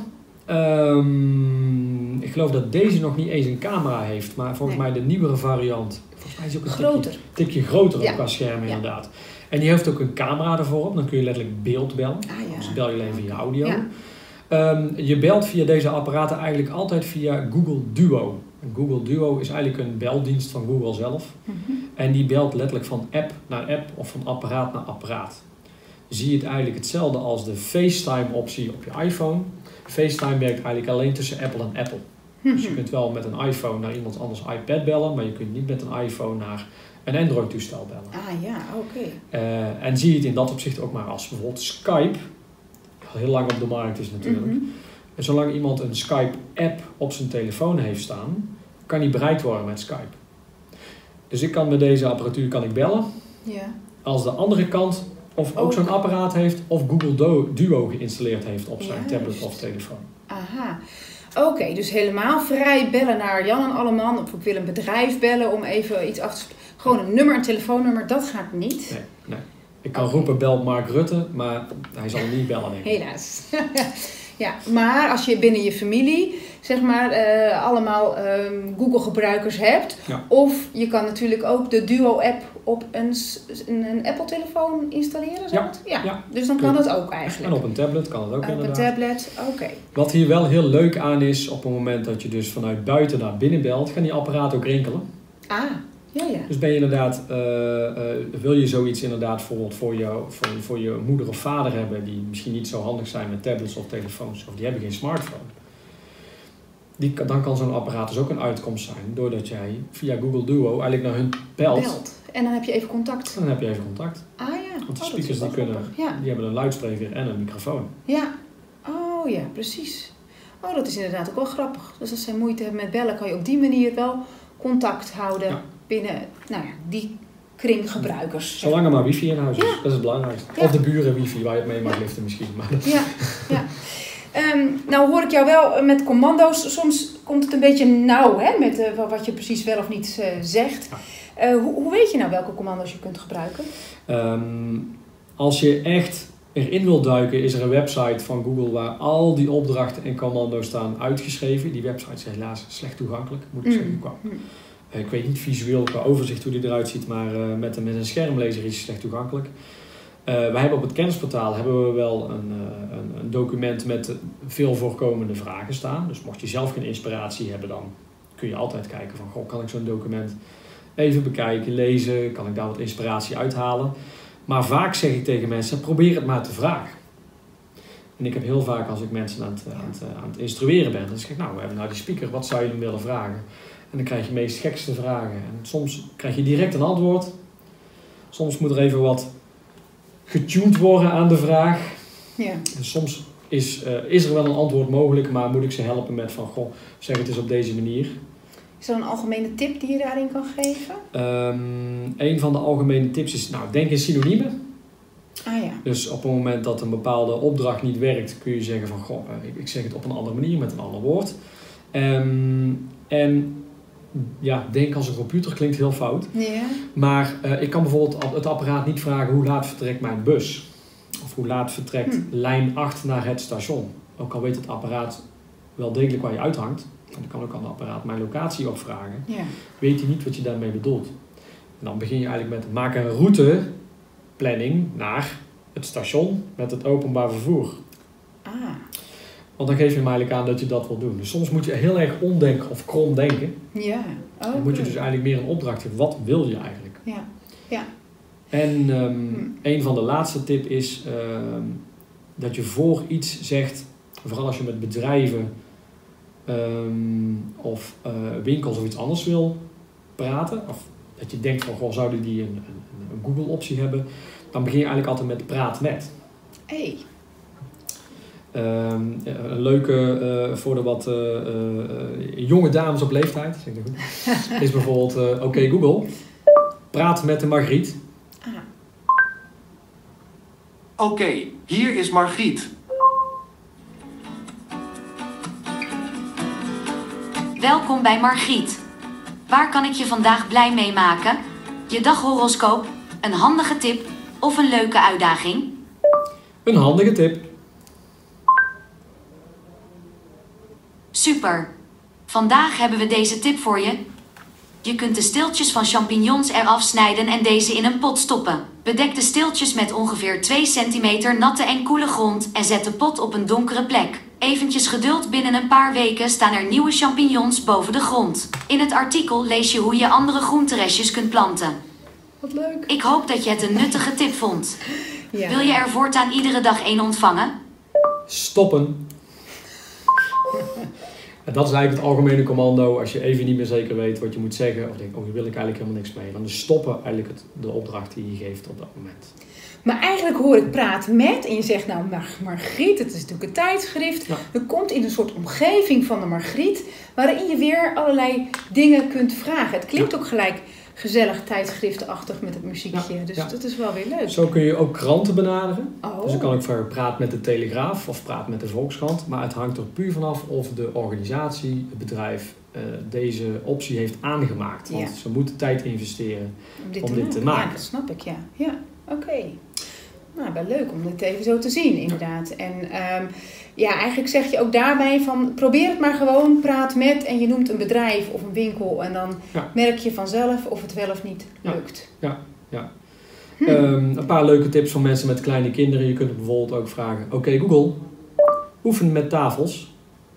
Ik geloof dat deze nog niet eens een camera heeft, maar volgens mij de nieuwere variant. Volgens mij is hij ook een tikje groter qua scherm inderdaad. En die heeft ook een camera ervoor op, dan kun je letterlijk beeld bellen. Dus bel je alleen via audio. Ja. Je belt via deze apparaten eigenlijk altijd via Google Duo. En Google Duo is eigenlijk een beldienst van Google zelf. En die belt letterlijk van app naar app of van apparaat naar apparaat. Zie je het eigenlijk hetzelfde als de FaceTime optie op je iPhone. FaceTime werkt eigenlijk alleen tussen Apple en Apple. Dus je kunt wel met een iPhone naar iemand anders iPad bellen, maar je kunt niet met een iPhone naar een Android toestel bellen. Ah ja, oké. En zie je het in dat opzicht ook maar als bijvoorbeeld Skype, al heel lang op de markt is natuurlijk. En zolang iemand een Skype app op zijn telefoon heeft staan, kan die bereikt worden met Skype. Dus ik kan met deze apparatuur bellen. Ja. Als de andere kant of ook zo'n apparaat heeft of Google Duo geïnstalleerd heeft op zijn tablet of telefoon. Aha. Oké, dus helemaal vrij bellen naar Jan en Alleman. Of ik wil een bedrijf bellen om even iets af te... Gewoon een nummer, een telefoonnummer, dat gaat niet. Nee. Ik kan roepen, bel Mark Rutte, maar hij zal niet bellen. Denk ik. Helaas. Ja, maar als je binnen je familie, zeg maar, allemaal Google-gebruikers hebt. Ja. Of je kan natuurlijk ook de Duo-app op een Apple-telefoon installeren. Ja. Dus dan kan dat ook eigenlijk. En op een tablet kan het ook inderdaad. Op een tablet, oké. Wat hier wel heel leuk aan is, op het moment dat je dus vanuit buiten naar binnen belt, gaan die apparaten ook rinkelen. Ah. Ja. Dus ben je inderdaad, wil je zoiets inderdaad bijvoorbeeld voor je moeder of vader hebben die misschien niet zo handig zijn met tablets of telefoons of die hebben geen smartphone. Dan kan zo'n apparaat dus ook een uitkomst zijn doordat jij via Google Duo eigenlijk naar hun belt. En dan heb je even contact. Ah ja. Want die speakers die hebben een luidspreker en een microfoon. Ja. Oh ja, precies. Oh, dat is inderdaad ook wel grappig. Dus als zij moeite hebben met bellen, kan je op die manier wel contact houden binnen die kring gebruikers. Zolang er maar wifi in huis is, dat is het belangrijkste. Ja. Of de buren wifi waar je het mee mag liften misschien. Maar Ja. Nou hoor ik jou wel met commando's. Soms komt het een beetje nauw hè, met wat je precies wel of niet zegt. Ja. Hoe weet je nou welke commando's je kunt gebruiken? Als je echt erin wil duiken, is er een website van Google waar al die opdrachten en commando's staan uitgeschreven. Die website is helaas slecht toegankelijk, moet ik zeggen. Ik weet niet visueel qua overzicht hoe die eruit ziet, maar met een schermlezer is het slecht toegankelijk. Wij hebben op het kennisportaal wel een document met veel voorkomende vragen staan. Dus mocht je zelf geen inspiratie hebben, dan kun je altijd kijken van, kan ik zo'n document even bekijken, lezen, kan ik daar wat inspiratie uithalen. Maar vaak zeg ik tegen mensen, probeer het maar te vragen. En ik heb heel vaak als ik mensen aan het instrueren ben, dan zeg ik, we hebben nou die speaker, wat zou je hem willen vragen? En dan krijg je de meest gekste vragen. En soms krijg je direct een antwoord. Soms moet er even wat getuned worden aan de vraag. Ja. En soms is er wel een antwoord mogelijk, maar moet ik ze helpen met van, zeg het eens op deze manier. Is er een algemene tip die je daarin kan geven? Een van de algemene tips is, denk in synoniemen. Ah ja. Dus op het moment dat een bepaalde opdracht niet werkt, kun je zeggen van, ik zeg het op een andere manier met een ander woord. En denk als een computer klinkt heel fout. Ja. Maar ik kan bijvoorbeeld het apparaat niet vragen hoe laat vertrekt mijn bus. Of hoe laat vertrekt lijn 8 naar het station. Ook al weet het apparaat wel degelijk waar je uithangt. En dan kan ook aan het apparaat mijn locatie opvragen. Ja. Weet hij niet wat je daarmee bedoelt. En dan begin je eigenlijk met maak een routeplanning naar het station met het openbaar vervoer. Ah. Want dan geef je hem eigenlijk aan dat je dat wil doen. Dus soms moet je heel erg ondenken of krom denken. Ja. Oh, dan moet je dus eigenlijk meer een opdracht geven. Wat wil je eigenlijk? Ja. En een van de laatste tip is dat je voor iets zegt, vooral als je met bedrijven of winkels of iets anders wil praten, of dat je denkt van, goh, zouden die een Google-optie hebben, dan begin je eigenlijk altijd met praat met. Hey. Een leuke voor de wat jonge dames op leeftijd, zeg ik goed, is bijvoorbeeld, oké Google, praat met de Margriet. Oké, hier is Margriet. Welkom bij Margriet. Waar kan ik je vandaag blij mee maken? Je daghoroscoop, een handige tip of een leuke uitdaging? Een handige tip. Super. Vandaag hebben we deze tip voor je. Je kunt de steeltjes van champignons eraf snijden en deze in een pot stoppen. Bedek de steeltjes met ongeveer 2 centimeter natte en koele grond en zet de pot op een donkere plek. Eventjes geduld, binnen een paar weken staan er nieuwe champignons boven de grond. In het artikel lees je hoe je andere groenterestjes kunt planten. Wat leuk. Ik hoop dat je het een nuttige tip vond. Ja. Wil je er voortaan iedere dag 1 ontvangen? Stoppen. En dat is eigenlijk het algemene commando. Als je even niet meer zeker weet wat je moet zeggen, of denkt, hier wil ik eigenlijk helemaal niks mee. Dan is stoppen eigenlijk de opdracht die je geeft op dat moment. Maar eigenlijk hoor ik praten met, en je zegt nou Margriet, het is natuurlijk een tijdschrift. Ja. Er komt in een soort omgeving van de Margriet, waarin je weer allerlei dingen kunt vragen. Het klinkt ook gelijk gezellig tijdschriftenachtig met het muziekje, Ja, dus ja. dat is wel weer leuk. Zo kun je ook kranten benaderen. Oh. Dus dan kan ik vragen, praat met de Telegraaf of praat met de Volkskrant. Maar het hangt er puur vanaf of de organisatie, het bedrijf, deze optie heeft aangemaakt. Want Ja. ze moeten tijd investeren om dit te maken. maken. Ja, dat snap ik, ja. Ja, oké. Nou, wel leuk om dit even zo te zien, inderdaad. En eigenlijk zeg je ook daarbij van, probeer het maar gewoon, praat met, en je noemt een bedrijf of een winkel en dan merk je vanzelf of het wel of niet lukt. Ja. Een paar leuke tips voor mensen met kleine kinderen. Je kunt bijvoorbeeld ook vragen, oké Google, oefen met tafels.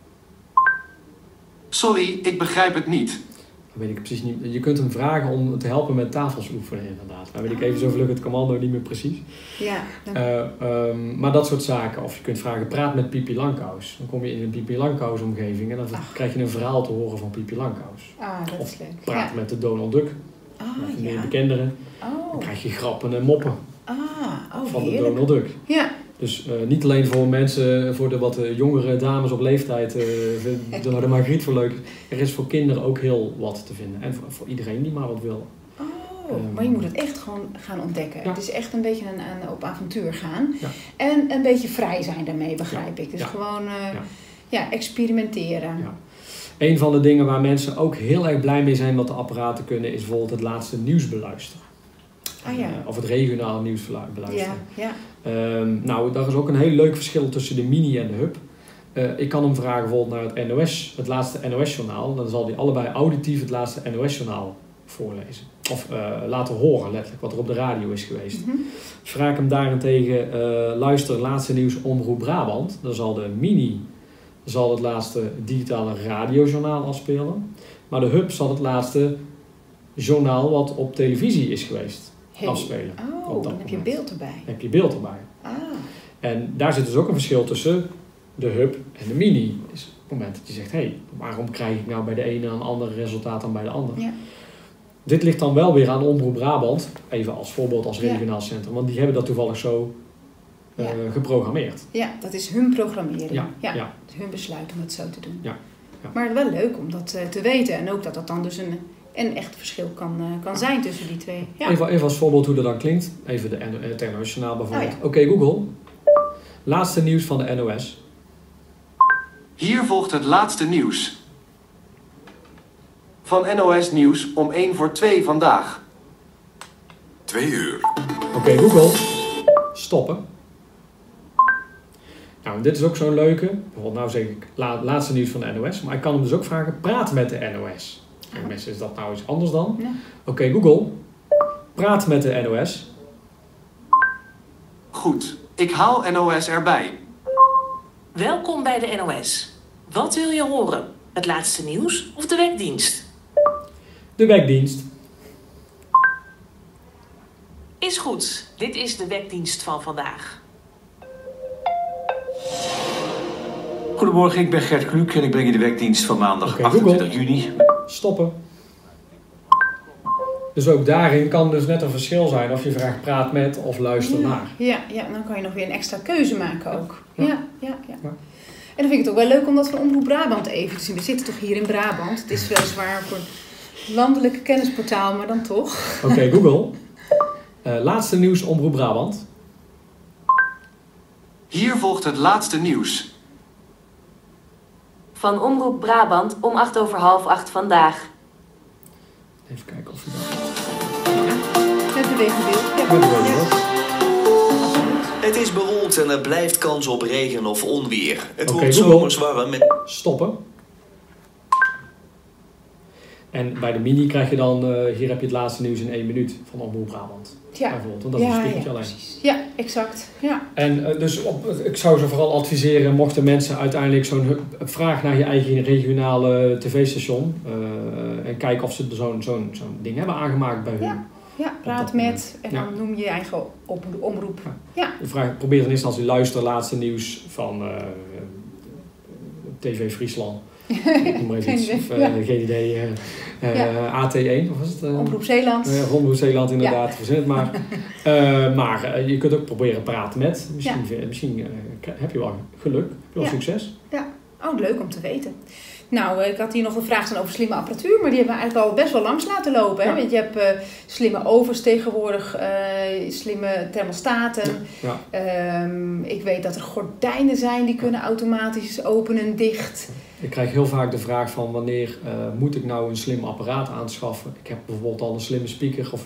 Sorry, ik begrijp het niet. Dat weet ik precies niet. Je kunt hem vragen om te helpen met tafels oefenen, inderdaad. Dan weet ik even zo vlug het commando niet meer precies. Ja. Maar dat soort zaken. Of je kunt vragen, praat met Pipi Langkous. Dan kom je in een Pipi Langkous omgeving en dan krijg je een verhaal te horen van Pipi Langkous. Dat Of is leuk. praat met de Donald Duck. Of meer bekendere. Dan krijg je grappen en moppen van de heerlijk. Donald Duck. Ja. Dus niet alleen voor mensen, voor de wat jongere dames op leeftijd, daar de Margriet voor leuk. Er is voor kinderen ook heel wat te vinden. En voor iedereen die maar wat wil. Maar je moet het echt gewoon gaan ontdekken. Ja. Het is echt een beetje op avontuur gaan. Ja. En een beetje vrij zijn daarmee, begrijp ik. Dus Ja. gewoon experimenteren. Ja. Een van de dingen waar mensen ook heel erg blij mee zijn wat de apparaten kunnen, is bijvoorbeeld het laatste nieuws beluisteren. Of het regionaal nieuws beluisteren. Ja. Daar is ook een heel leuk verschil tussen de Mini en de Hub. Ik kan hem vragen bijvoorbeeld naar het laatste NOS-journaal. Dan zal hij allebei auditief het laatste NOS-journaal voorlezen. Of laten horen, letterlijk, wat er op de radio is geweest. Mm-hmm. Vraag ik hem daarentegen, luister laatste nieuws Omroep Brabant. Dan zal de Mini het laatste digitale radiojournaal afspelen. Maar de Hub zal het laatste journaal wat op televisie is geweest afspelen. Dan heb je beeld erbij. En daar zit dus ook een verschil tussen de Hub en de Mini. Dus op het moment dat je zegt, waarom krijg ik nou bij de ene een ander resultaat dan bij de ander? Ja. Dit ligt dan wel weer aan Omroep Brabant, even als voorbeeld als regionaal centrum, want die hebben dat toevallig zo geprogrammeerd. Ja, dat is hun programmering. Ja. Het is hun besluit om het zo te doen. Ja. Maar wel leuk om dat te weten. En ook dat dat dan dus een echt verschil kan zijn tussen die twee. Ja. Even als voorbeeld hoe dat dan klinkt. Even het NOS-journaal bijvoorbeeld. ja. Oké, Google. Laatste nieuws van de NOS. Hier volgt het laatste nieuws. Van NOS Nieuws om 1:45 vandaag. 2 uur. Oké, Google. Stoppen. Nou, dit is ook zo'n leuke. Bijvoorbeeld nou zeg ik laatste nieuws van de NOS. Maar ik kan hem dus ook vragen, praat met de NOS. En mensen, is dat nou iets anders dan? Ja. Oké, Google. Praat met de NOS. Goed, ik haal NOS erbij. Welkom bij de NOS. Wat wil je horen? Het laatste nieuws of de wekdienst? De wekdienst. Is goed. Dit is de wekdienst van vandaag. Goedemorgen, ik ben Gert Kluk en ik breng je de werkdienst van maandag Oké, 28 Google. juni. Stoppen. Dus ook daarin kan dus net een verschil zijn of je vraagt praat met of luister naar. Ja, dan kan je nog weer een extra keuze maken ook. Ja. Ja. En dan vind ik het ook wel leuk om dat van Omroep Brabant even te zien. We zitten toch hier in Brabant. Het is weliswaar voor een landelijke kennisportaal, maar dan toch. Oké, Google. Laatste nieuws Omroep Brabant. Hier volgt het laatste nieuws. Van Omroep Brabant om 7:08 vandaag. Even kijken of je dat... Met bewegend beeld. Ja, Met bewegend beeld. absoluut. Het is bewolkt en er blijft kans op regen of onweer. Het Oké, wordt Google. zomers warm met... Stoppen. En bij de mini krijg je dan, hier heb je het laatste nieuws in 1 minuut van Omroep Brabant. Ja. Bijvoorbeeld, want dat is een spiekertje alleen. Precies. Ja, exact. Ja. En dus ik zou ze vooral adviseren, mochten mensen uiteindelijk zo'n vraag naar je eigen regionale tv-station. En kijken of ze zo'n ding hebben aangemaakt bij hun. Ja, praat met en dan noem je je eigen omroep. Ja. Probeer dan in eerste instantie luisteren laatste nieuws van TV Friesland. Ik noem maar even iets. Of geen idee. AT1, of was het? Omroep Zeeland. Omroep Zeeland inderdaad, verzin het maar. Maar je kunt ook proberen praten met. Misschien heb je wel geluk, heb je wel succes. Ja, leuk om te weten. Nou, ik had hier nog een vraag over slimme apparatuur, maar die hebben we eigenlijk al best wel langs laten lopen. Hè? Ja. Want je hebt slimme ovens tegenwoordig, slimme thermostaten. Ja. Ik weet dat er gordijnen zijn die kunnen automatisch openen en dicht. Ik krijg heel vaak de vraag van wanneer moet ik nou een slim apparaat aanschaffen. Ik heb bijvoorbeeld al een slimme speaker. Of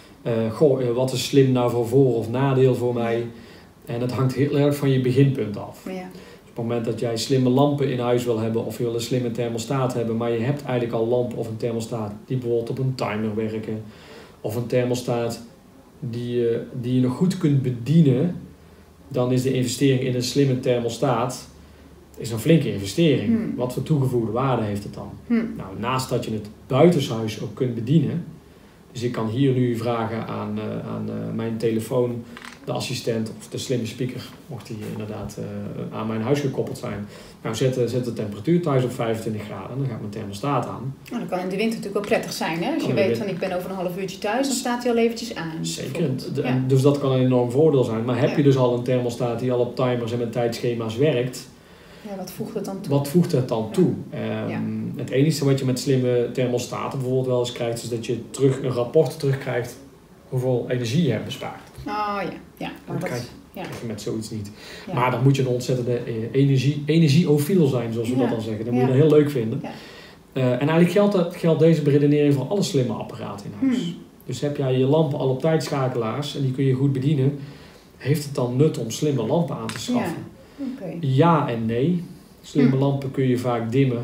wat is slim nou voor of nadeel voor mij? En dat hangt heel erg van je beginpunt af. Ja. Op het moment dat jij slimme lampen in huis wil hebben of je wil een slimme thermostaat hebben, maar je hebt eigenlijk al lamp of een thermostaat die bijvoorbeeld op een timer werken. Of een thermostaat die je nog goed kunt bedienen, dan is de investering in een slimme thermostaat is een flinke investering. Wat voor toegevoegde waarde heeft het dan? Nou, naast dat je het buitenshuis ook kunt bedienen. Dus ik kan hier nu vragen aan mijn telefoon, de assistent of de slimme speaker, mocht die inderdaad aan mijn huis gekoppeld zijn. Nou, zet de temperatuur thuis op 25 graden, dan gaat mijn thermostaat aan. Nou, dat kan in de winter natuurlijk wel prettig zijn. Hè? Als je weet van ik ben over een half uurtje thuis, dan staat hij al eventjes aan. Zeker, dus dat kan een enorm voordeel zijn. Maar heb je dus al een thermostaat die al op timers en met tijdschema's werkt, ja, wat voegt het dan toe? Wat voegt het dan toe? Het enige wat je met slimme thermostaten bijvoorbeeld wel eens krijgt, is dat je een rapport terugkrijgt hoeveel energie je hebt bespaard. Oh ja. Dat krijg je met zoiets niet. Ja. Maar dan moet je een ontzettende energieofiel zijn, zoals we dat dan zeggen. Dan moet je dat heel leuk vinden. Ja. En eigenlijk geldt deze beredenering voor alle slimme apparaten in huis. Dus heb jij je lampen al op tijdschakelaars en die kun je goed bedienen, heeft het dan nut om slimme lampen aan te schaffen? Okay. Ja en nee. Slimme lampen kun je vaak dimmen,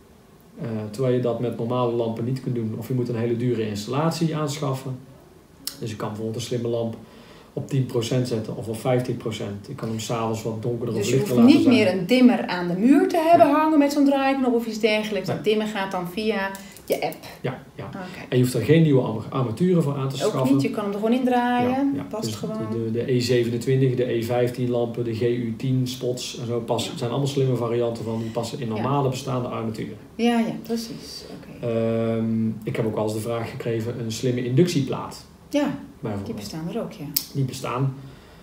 terwijl je dat met normale lampen niet kunt doen. Of je moet een hele dure installatie aanschaffen. Dus je kan bijvoorbeeld een slimme lamp op 10% zetten of op 15%. Je kan hem s'avonds wat donkerder of lichter laten zijn. Dus je hoeft niet meer een dimmer aan de muur te hebben hangen met zo'n draaiknop of iets dergelijks. Dat dimmen gaat dan via je app. Ja. Okay. En je hoeft er geen nieuwe armaturen voor aan te schaffen. Ook niet, je kan hem er gewoon indraaien. Ja. Past dus gewoon. De E27, de E15 lampen, de GU10 spots en zo zijn allemaal slimme varianten van. Die passen in normale bestaande armaturen. Ja, precies. Okay. Ik heb ook wel eens de vraag gekregen, een slimme inductieplaat. Ja, die bestaan er ook, ja. Die bestaan.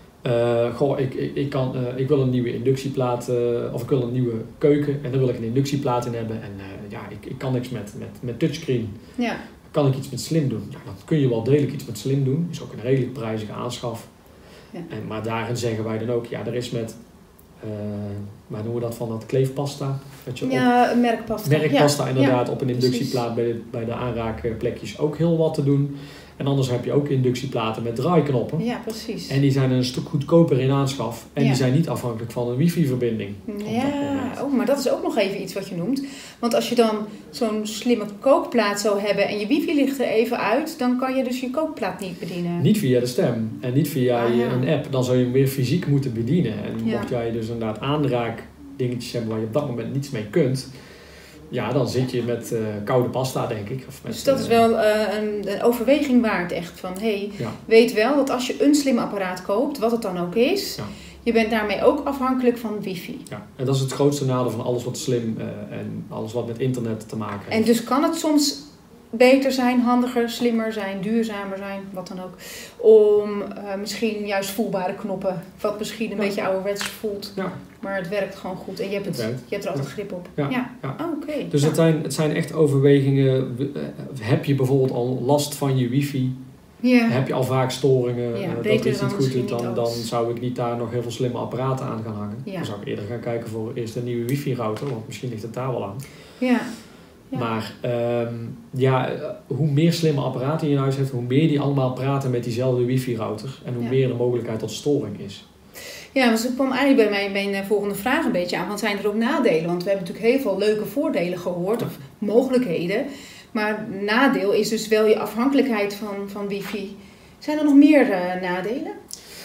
Ik wil een nieuwe inductieplaat, of ik wil een nieuwe keuken en daar wil ik een inductieplaat in hebben. En ik kan niks met touchscreen. Ja. Kan ik iets met slim doen? Ja, dan kun je wel degelijk iets met slim doen. Is ook een redelijk prijzige aanschaf. Ja. Maar daarin zeggen wij dan ook, er is met, waar noemen we dat van, dat kleefpasta? Merkpasta. Merkpasta inderdaad, op een inductieplaat bij de aanraakplekjes ook heel wat te doen. En anders heb je ook inductieplaten met draaiknoppen. Ja, precies. En die zijn een stuk goedkoper in aanschaf. En die zijn niet afhankelijk van een wifi-verbinding. Ja, maar dat is ook nog even iets wat je noemt. Want als je dan zo'n slimme kookplaat zou hebben en je wifi ligt er even uit, dan kan je dus je kookplaat niet bedienen. Niet via de stem en niet via een app. Dan zou je hem weer fysiek moeten bedienen. En mocht jij dus inderdaad aanraakdingetjes hebben waar je op dat moment niets mee kunt, ja, dan zit je met koude pasta, denk ik. Of met, dus dat is wel een overweging waard echt. Van, weet wel dat als je een slim apparaat koopt, wat het dan ook is, Je bent daarmee ook afhankelijk van wifi. Ja, en dat is het grootste nadeel van alles wat slim en alles wat met internet te maken heeft. En dus kan het soms beter zijn, handiger, slimmer zijn, duurzamer zijn, wat dan ook. Om misschien juist voelbare knoppen, wat misschien een beetje ouderwets voelt. Ja. Maar het werkt gewoon goed en je hebt er altijd grip op. Ja. Oh, oké. Dus het zijn echt overwegingen. Heb je bijvoorbeeld al last van je wifi? Ja. Heb je al vaak storingen? Dat er iets niet goed doet, dan zou ik niet daar nog heel veel slimme apparaten aan gaan hangen. Ja. Dan zou ik eerder gaan kijken voor eerst een nieuwe wifi-router, want misschien ligt het daar wel aan. Ja. Ja. Maar hoe meer slimme apparaten je in huis hebt, hoe meer die allemaal praten met diezelfde wifi-router en hoe meer de mogelijkheid tot storing is. Ja, dus het kwam eigenlijk bij mijn volgende vraag een beetje aan. Want zijn er ook nadelen? Want we hebben natuurlijk heel veel leuke voordelen gehoord, of mogelijkheden. Maar nadeel is dus wel je afhankelijkheid van wifi. Zijn er nog meer nadelen?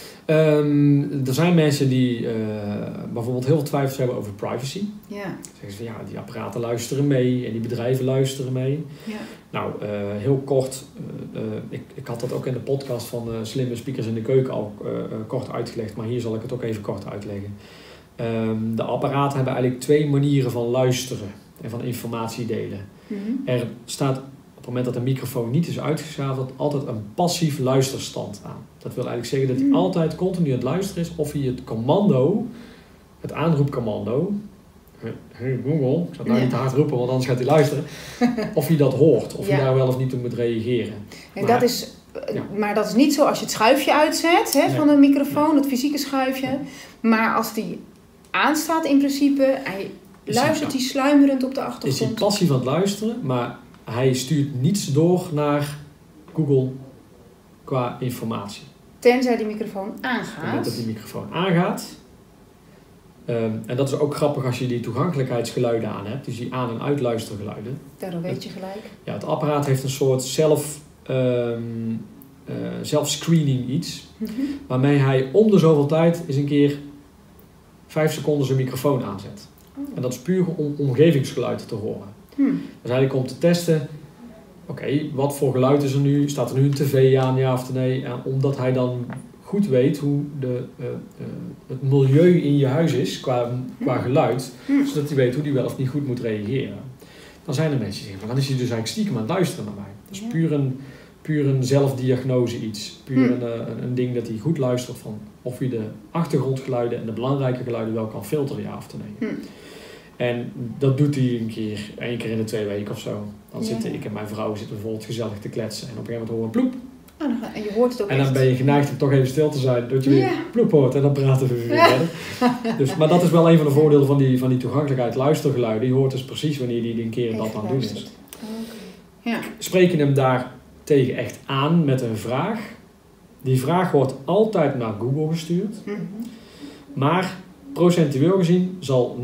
Er zijn mensen die bijvoorbeeld heel veel twijfels hebben over privacy. Ja. Zeggen ze van die apparaten luisteren mee en die bedrijven luisteren mee. Ja. Nou, heel kort, ik had dat ook in de podcast van Slimme Speakers in de Keuken al kort uitgelegd, maar hier zal ik het ook even kort uitleggen. De apparaten hebben eigenlijk 2 manieren van luisteren en van informatie delen. Mm-hmm. Er staat op het moment dat de microfoon niet is uitgeschakeld altijd een passief luisterstand aan. Dat wil eigenlijk zeggen dat hij altijd continu aan het luisteren is of hij het commando, het aanroepcommando, hey Google, ik zal het nou niet te hard roepen, want anders gaat hij luisteren. Of hij dat hoort, of hij daar wel of niet op moet reageren. En maar dat is niet zo als je het schuifje uitzet van een microfoon, het fysieke schuifje. Maar als die aanstaat in principe, luistert hij sluimerend op de achtergrond. Is hij passief aan het luisteren, maar hij stuurt niets door naar Google qua informatie. Tenzij die microfoon aangaat. Op het moment dat die microfoon aangaat. En dat is ook grappig als je die toegankelijkheidsgeluiden aan hebt. Dus die aan- en uitluistergeluiden. Daardoor weet je gelijk. Ja, het apparaat heeft een soort zelfscreening iets. Mm-hmm. Waarmee hij om de zoveel tijd eens een keer 5 seconden zijn microfoon aanzet. Oh. En dat is puur om omgevingsgeluiden te horen. Dus eigenlijk om te testen, wat voor geluid is er nu? Staat er nu een tv aan, ja of nee? En omdat hij dan goed weet hoe het milieu in je huis is qua geluid, zodat hij weet hoe hij wel of niet goed moet reageren. Dan zijn er mensen die zeggen, maar dan is hij dus eigenlijk stiekem aan het luisteren naar mij. Dat is puur een zelfdiagnose iets. Puur een ding dat hij goed luistert van of hij de achtergrondgeluiden en de belangrijke geluiden wel kan filteren, ja of nee. En dat doet hij één keer in de 2 weken of zo. Dan zitten ik en mijn vrouw bijvoorbeeld gezellig te kletsen. En op een gegeven moment horen we een ploep. En je hoort het ook en dan ben je geneigd om toch even stil te zijn. Dat je weer ploep hoort. En dan praten we weer verder. Maar dat is wel een van de voordelen van die toegankelijkheid. Luistergeluiden. Je hoort dus precies wanneer die een keer dat aan het doen is. Ja. Spreek je hem daar tegen echt aan met een vraag. Die vraag wordt altijd naar Google gestuurd. Mm-hmm. Maar procentueel gezien zal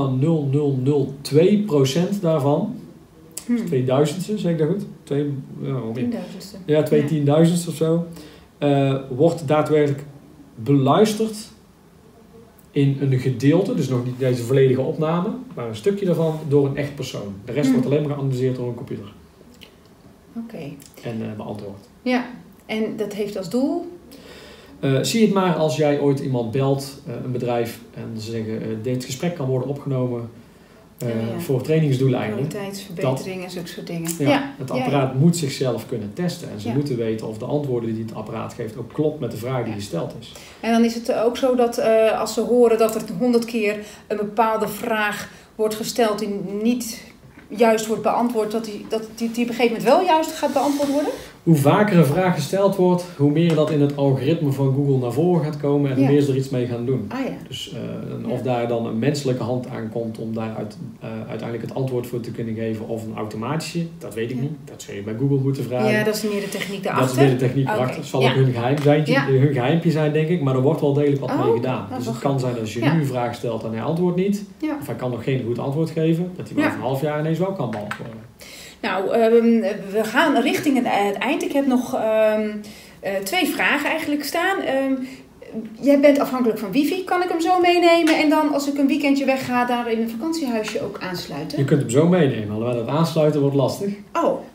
0,0002% daarvan, 2000ste, zeg ik dat goed? 10.000ste. Ja, 10.000ste of zo. Wordt daadwerkelijk beluisterd in een gedeelte, dus nog niet deze volledige opname, maar een stukje daarvan door een echt persoon. De rest wordt alleen maar geanalyseerd door een computer. Oké. En beantwoord. Ja, en dat heeft als doel? Zie het maar als jij ooit iemand belt, een bedrijf, en ze zeggen, dit gesprek kan worden opgenomen voor trainingsdoeleinden. Kwaliteitsverbetering en zulke soort dingen. Het apparaat moet zichzelf kunnen testen. En ze moeten weten of de antwoorden die het apparaat geeft ook klopt met de vraag die gesteld is. En dan is het ook zo dat als ze horen dat er 100 keer een bepaalde vraag wordt gesteld die niet juist wordt beantwoord, dat die op een gegeven moment wel juist gaat beantwoord worden? Hoe vaker een vraag gesteld wordt, hoe meer dat in het algoritme van Google naar voren gaat komen en hoe meer ze er iets mee gaan doen. Dus of daar dan een menselijke hand aan komt om daar uiteindelijk het antwoord voor te kunnen geven of een automatische, dat weet ik niet. Dat zou je bij Google moeten vragen. Ja, dat is meer de techniek daarachter. Dat is meer de techniek erachter. Het zal ook hun geheimpje zijn, denk ik, maar er wordt wel degelijk wat mee gedaan. Dus het kan zijn dat als je nu een vraag stelt en hij antwoordt niet, of hij kan nog geen goed antwoord geven, dat hij over een half jaar ineens wel kan beantwoorden. Nou, we gaan richting het eind. Ik heb nog 2 vragen eigenlijk staan. Jij bent afhankelijk van wifi. Kan ik hem zo meenemen en dan als ik een weekendje wegga daar in een vakantiehuisje ook aansluiten? Je kunt hem zo meenemen, alhoewel het aansluiten wordt lastig. Oh.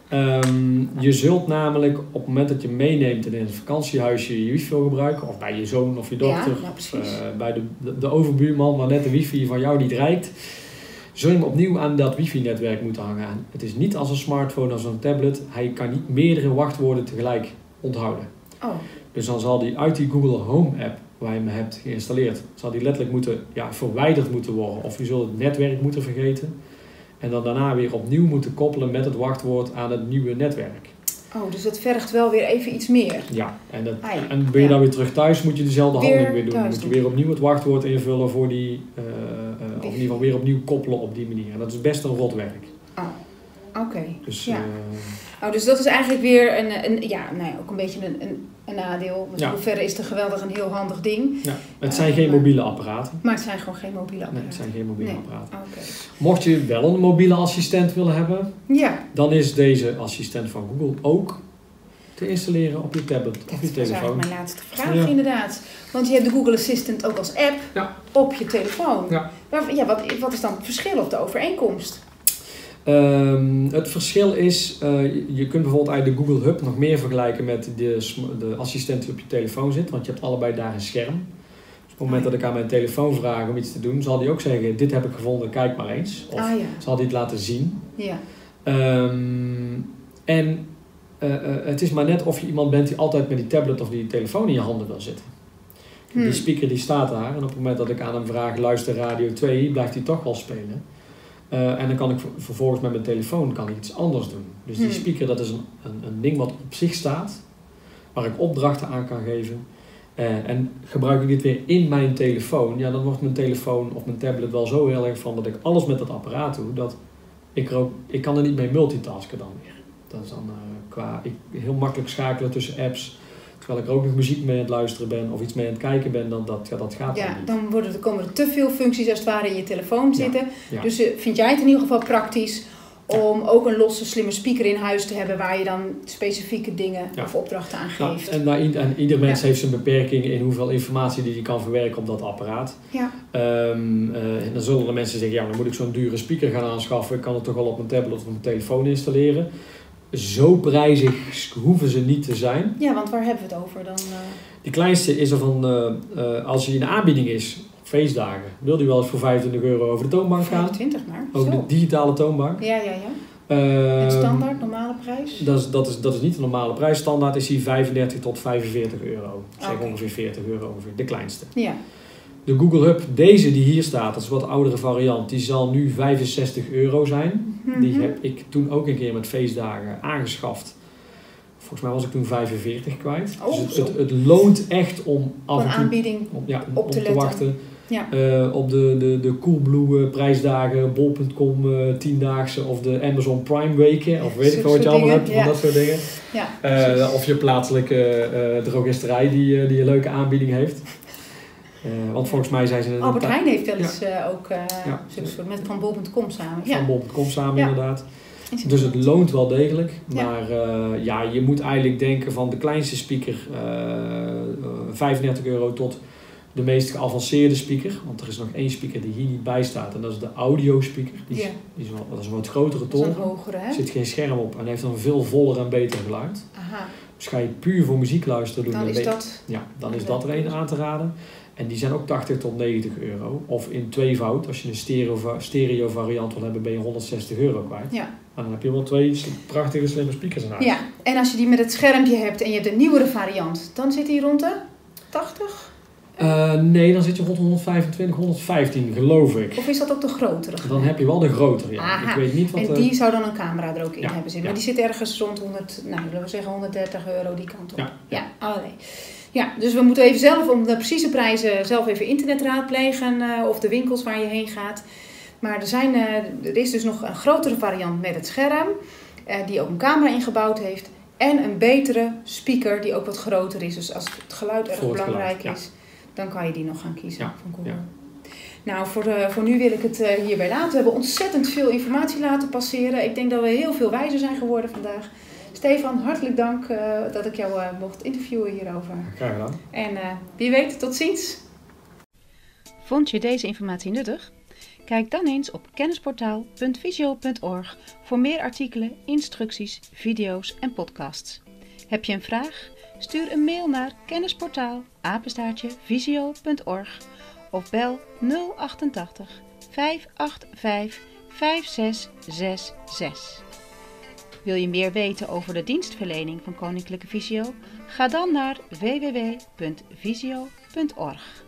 Je zult namelijk op het moment dat je meeneemt in een vakantiehuisje je wifi wil gebruiken, of bij je zoon of je dochter, bij de overbuurman waar net de wifi van jou niet reikt, zul je hem opnieuw aan dat wifi-netwerk moeten hangen. Het is niet als een smartphone, als een tablet. Hij kan niet meerdere wachtwoorden tegelijk onthouden. Oh. Dus dan zal die uit die Google Home app, waar je hem hebt geïnstalleerd, zal die letterlijk verwijderd moeten worden. Of je zult het netwerk moeten vergeten. En dan daarna weer opnieuw moeten koppelen met het wachtwoord aan het nieuwe netwerk. Oh, dus dat vergt wel weer even iets meer. Ja, en ben je dan weer terug thuis, moet je dezelfde handeling weer doen. Moet je weer opnieuw het wachtwoord invullen voor die, of in ieder geval weer opnieuw koppelen op die manier. En dat is best een rot werk. Oh, oké. Dus, dus dat is eigenlijk weer ook een beetje een nadeel. Want verder is het geweldig een heel handig ding. Ja, het zijn geen mobiele apparaten. Maar het zijn gewoon geen mobiele apparaten. Nee, het zijn geen mobiele apparaten. Okay. Mocht je wel een mobiele assistent willen hebben, dan is deze assistent van Google ook te installeren op je tablet of je telefoon. Dat is eigenlijk mijn laatste vraag inderdaad. Want je hebt de Google Assistant ook als app op je telefoon. Ja. Wat is dan het verschil of de overeenkomst? Het verschil is, je kunt bijvoorbeeld uit de Google Hub nog meer vergelijken met de assistent die op je telefoon zit, want je hebt allebei daar een scherm. Dus op het moment dat ik aan mijn telefoon vraag om iets te doen, zal die ook zeggen, dit heb ik gevonden, kijk maar eens. Of zal die het laten zien. Ja. Het is maar net of je iemand bent die altijd met die tablet of die telefoon in je handen wil zitten. Die speaker die staat daar en op het moment dat ik aan hem vraag, luister radio 2, blijft hij toch wel spelen. En dan kan ik vervolgens met mijn telefoon iets anders doen. Dus die speaker, dat is een ding wat op zich staat, waar ik opdrachten aan kan geven. En gebruik ik dit weer in mijn telefoon, dan wordt mijn telefoon of mijn tablet wel zo heel erg van dat ik alles met dat apparaat doe, dat ik kan er niet mee multitasken dan weer. Dat is dan heel makkelijk schakelen tussen apps, terwijl ik er ook nog muziek mee aan het luisteren ben of iets mee aan het kijken ben, dat gaat dan niet. Dan komen er te veel functies als het ware in je telefoon zitten. Ja. Dus vind jij het in ieder geval praktisch om ook een losse slimme speaker in huis te hebben waar je dan specifieke dingen of opdrachten aan geeft. En ieder mens heeft zijn beperkingen in hoeveel informatie die kan verwerken op dat apparaat. Ja. Dan zullen de mensen zeggen, dan moet ik zo'n dure speaker gaan aanschaffen. Ik kan het toch wel op mijn tablet of op mijn telefoon installeren. Zo prijzig hoeven ze niet te zijn. Ja, want waar hebben we het over dan? Die kleinste is er van, als hij in de aanbieding is, feestdagen, wil die wel eens voor €25 over de toonbank gaan? 25 maar. Over de digitale toonbank. Ja. En standaard, normale prijs? Dat is niet de normale prijs. Standaard is die €35 tot €45. Zeg ongeveer €40 ongeveer, de kleinste. Ja. De Google Hub, deze die hier staat, dat is een wat oudere variant, die zal nu €65 zijn. Mm-hmm. Die heb ik toen ook een keer met feestdagen aangeschaft. Volgens mij was ik toen 45 kwijt. Dus het loont echt om af en toe aanbieding op te wachten. Ja. Op de Coolblue prijsdagen, bol.com 10-daagse of de Amazon Prime weken. Of weet ik veel wat je allemaal hebt van dat soort dingen. Ja, of je plaatselijke drogisterij die een leuke aanbieding heeft. Want volgens mij zijn ze... Albert Heijn heeft wel eens ook met van bol.com samen. Van bol.com samen inderdaad. Dus het loont wel degelijk. Maar je moet eigenlijk denken van de kleinste speaker €35 tot de meest geavanceerde speaker. Want er is nog één speaker die hier niet bij staat. En dat is de audio speaker. Dat is een wat grotere toren. Er zit geen scherm op en heeft een veel voller en beter geluid. Aha. Dus ga je puur voor muziek luisteren doen. Dan is dat er een aan te raden. En die zijn ook €80 tot €90. Of in tweevoud, als je een stereo variant wil hebben, ben je €160 kwijt. Ja. En dan heb je wel 2 prachtige slimme speakers in huis. Ja, en als je die met het schermpje hebt en je hebt een nieuwere variant, dan zit die rond de 80? Nee, dan zit je rond 125, 115 geloof ik. Of is dat ook de grotere? Dan heb je wel de grotere, ja. Aha. Ik weet niet wat, en die zou dan een camera er ook in hebben zitten. Maar die zit ergens rond €130 die kant op. Ja, dus we moeten even zelf om de precieze prijzen zelf even internet raadplegen of de winkels waar je heen gaat. Maar er is dus nog een grotere variant met het scherm die ook een camera ingebouwd heeft. En een betere speaker die ook wat groter is. Dus als het geluid erg belangrijk is, dan kan je die nog gaan kiezen van Google. Ja. Nou, voor nu wil ik het hierbij laten. We hebben ontzettend veel informatie laten passeren. Ik denk dat we heel veel wijzer zijn geworden vandaag. Stefan, hartelijk dank dat ik jou mocht interviewen hierover. Graag gedaan. En wie weet, tot ziens. Vond je deze informatie nuttig? Kijk dan eens op kennisportaal.visio.org voor meer artikelen, instructies, video's en podcasts. Heb je een vraag? Stuur een mail naar kennisportaal@visio.org of bel 088 585 5666. Wil je meer weten over de dienstverlening van Koninklijke Visio? Ga dan naar www.visio.org.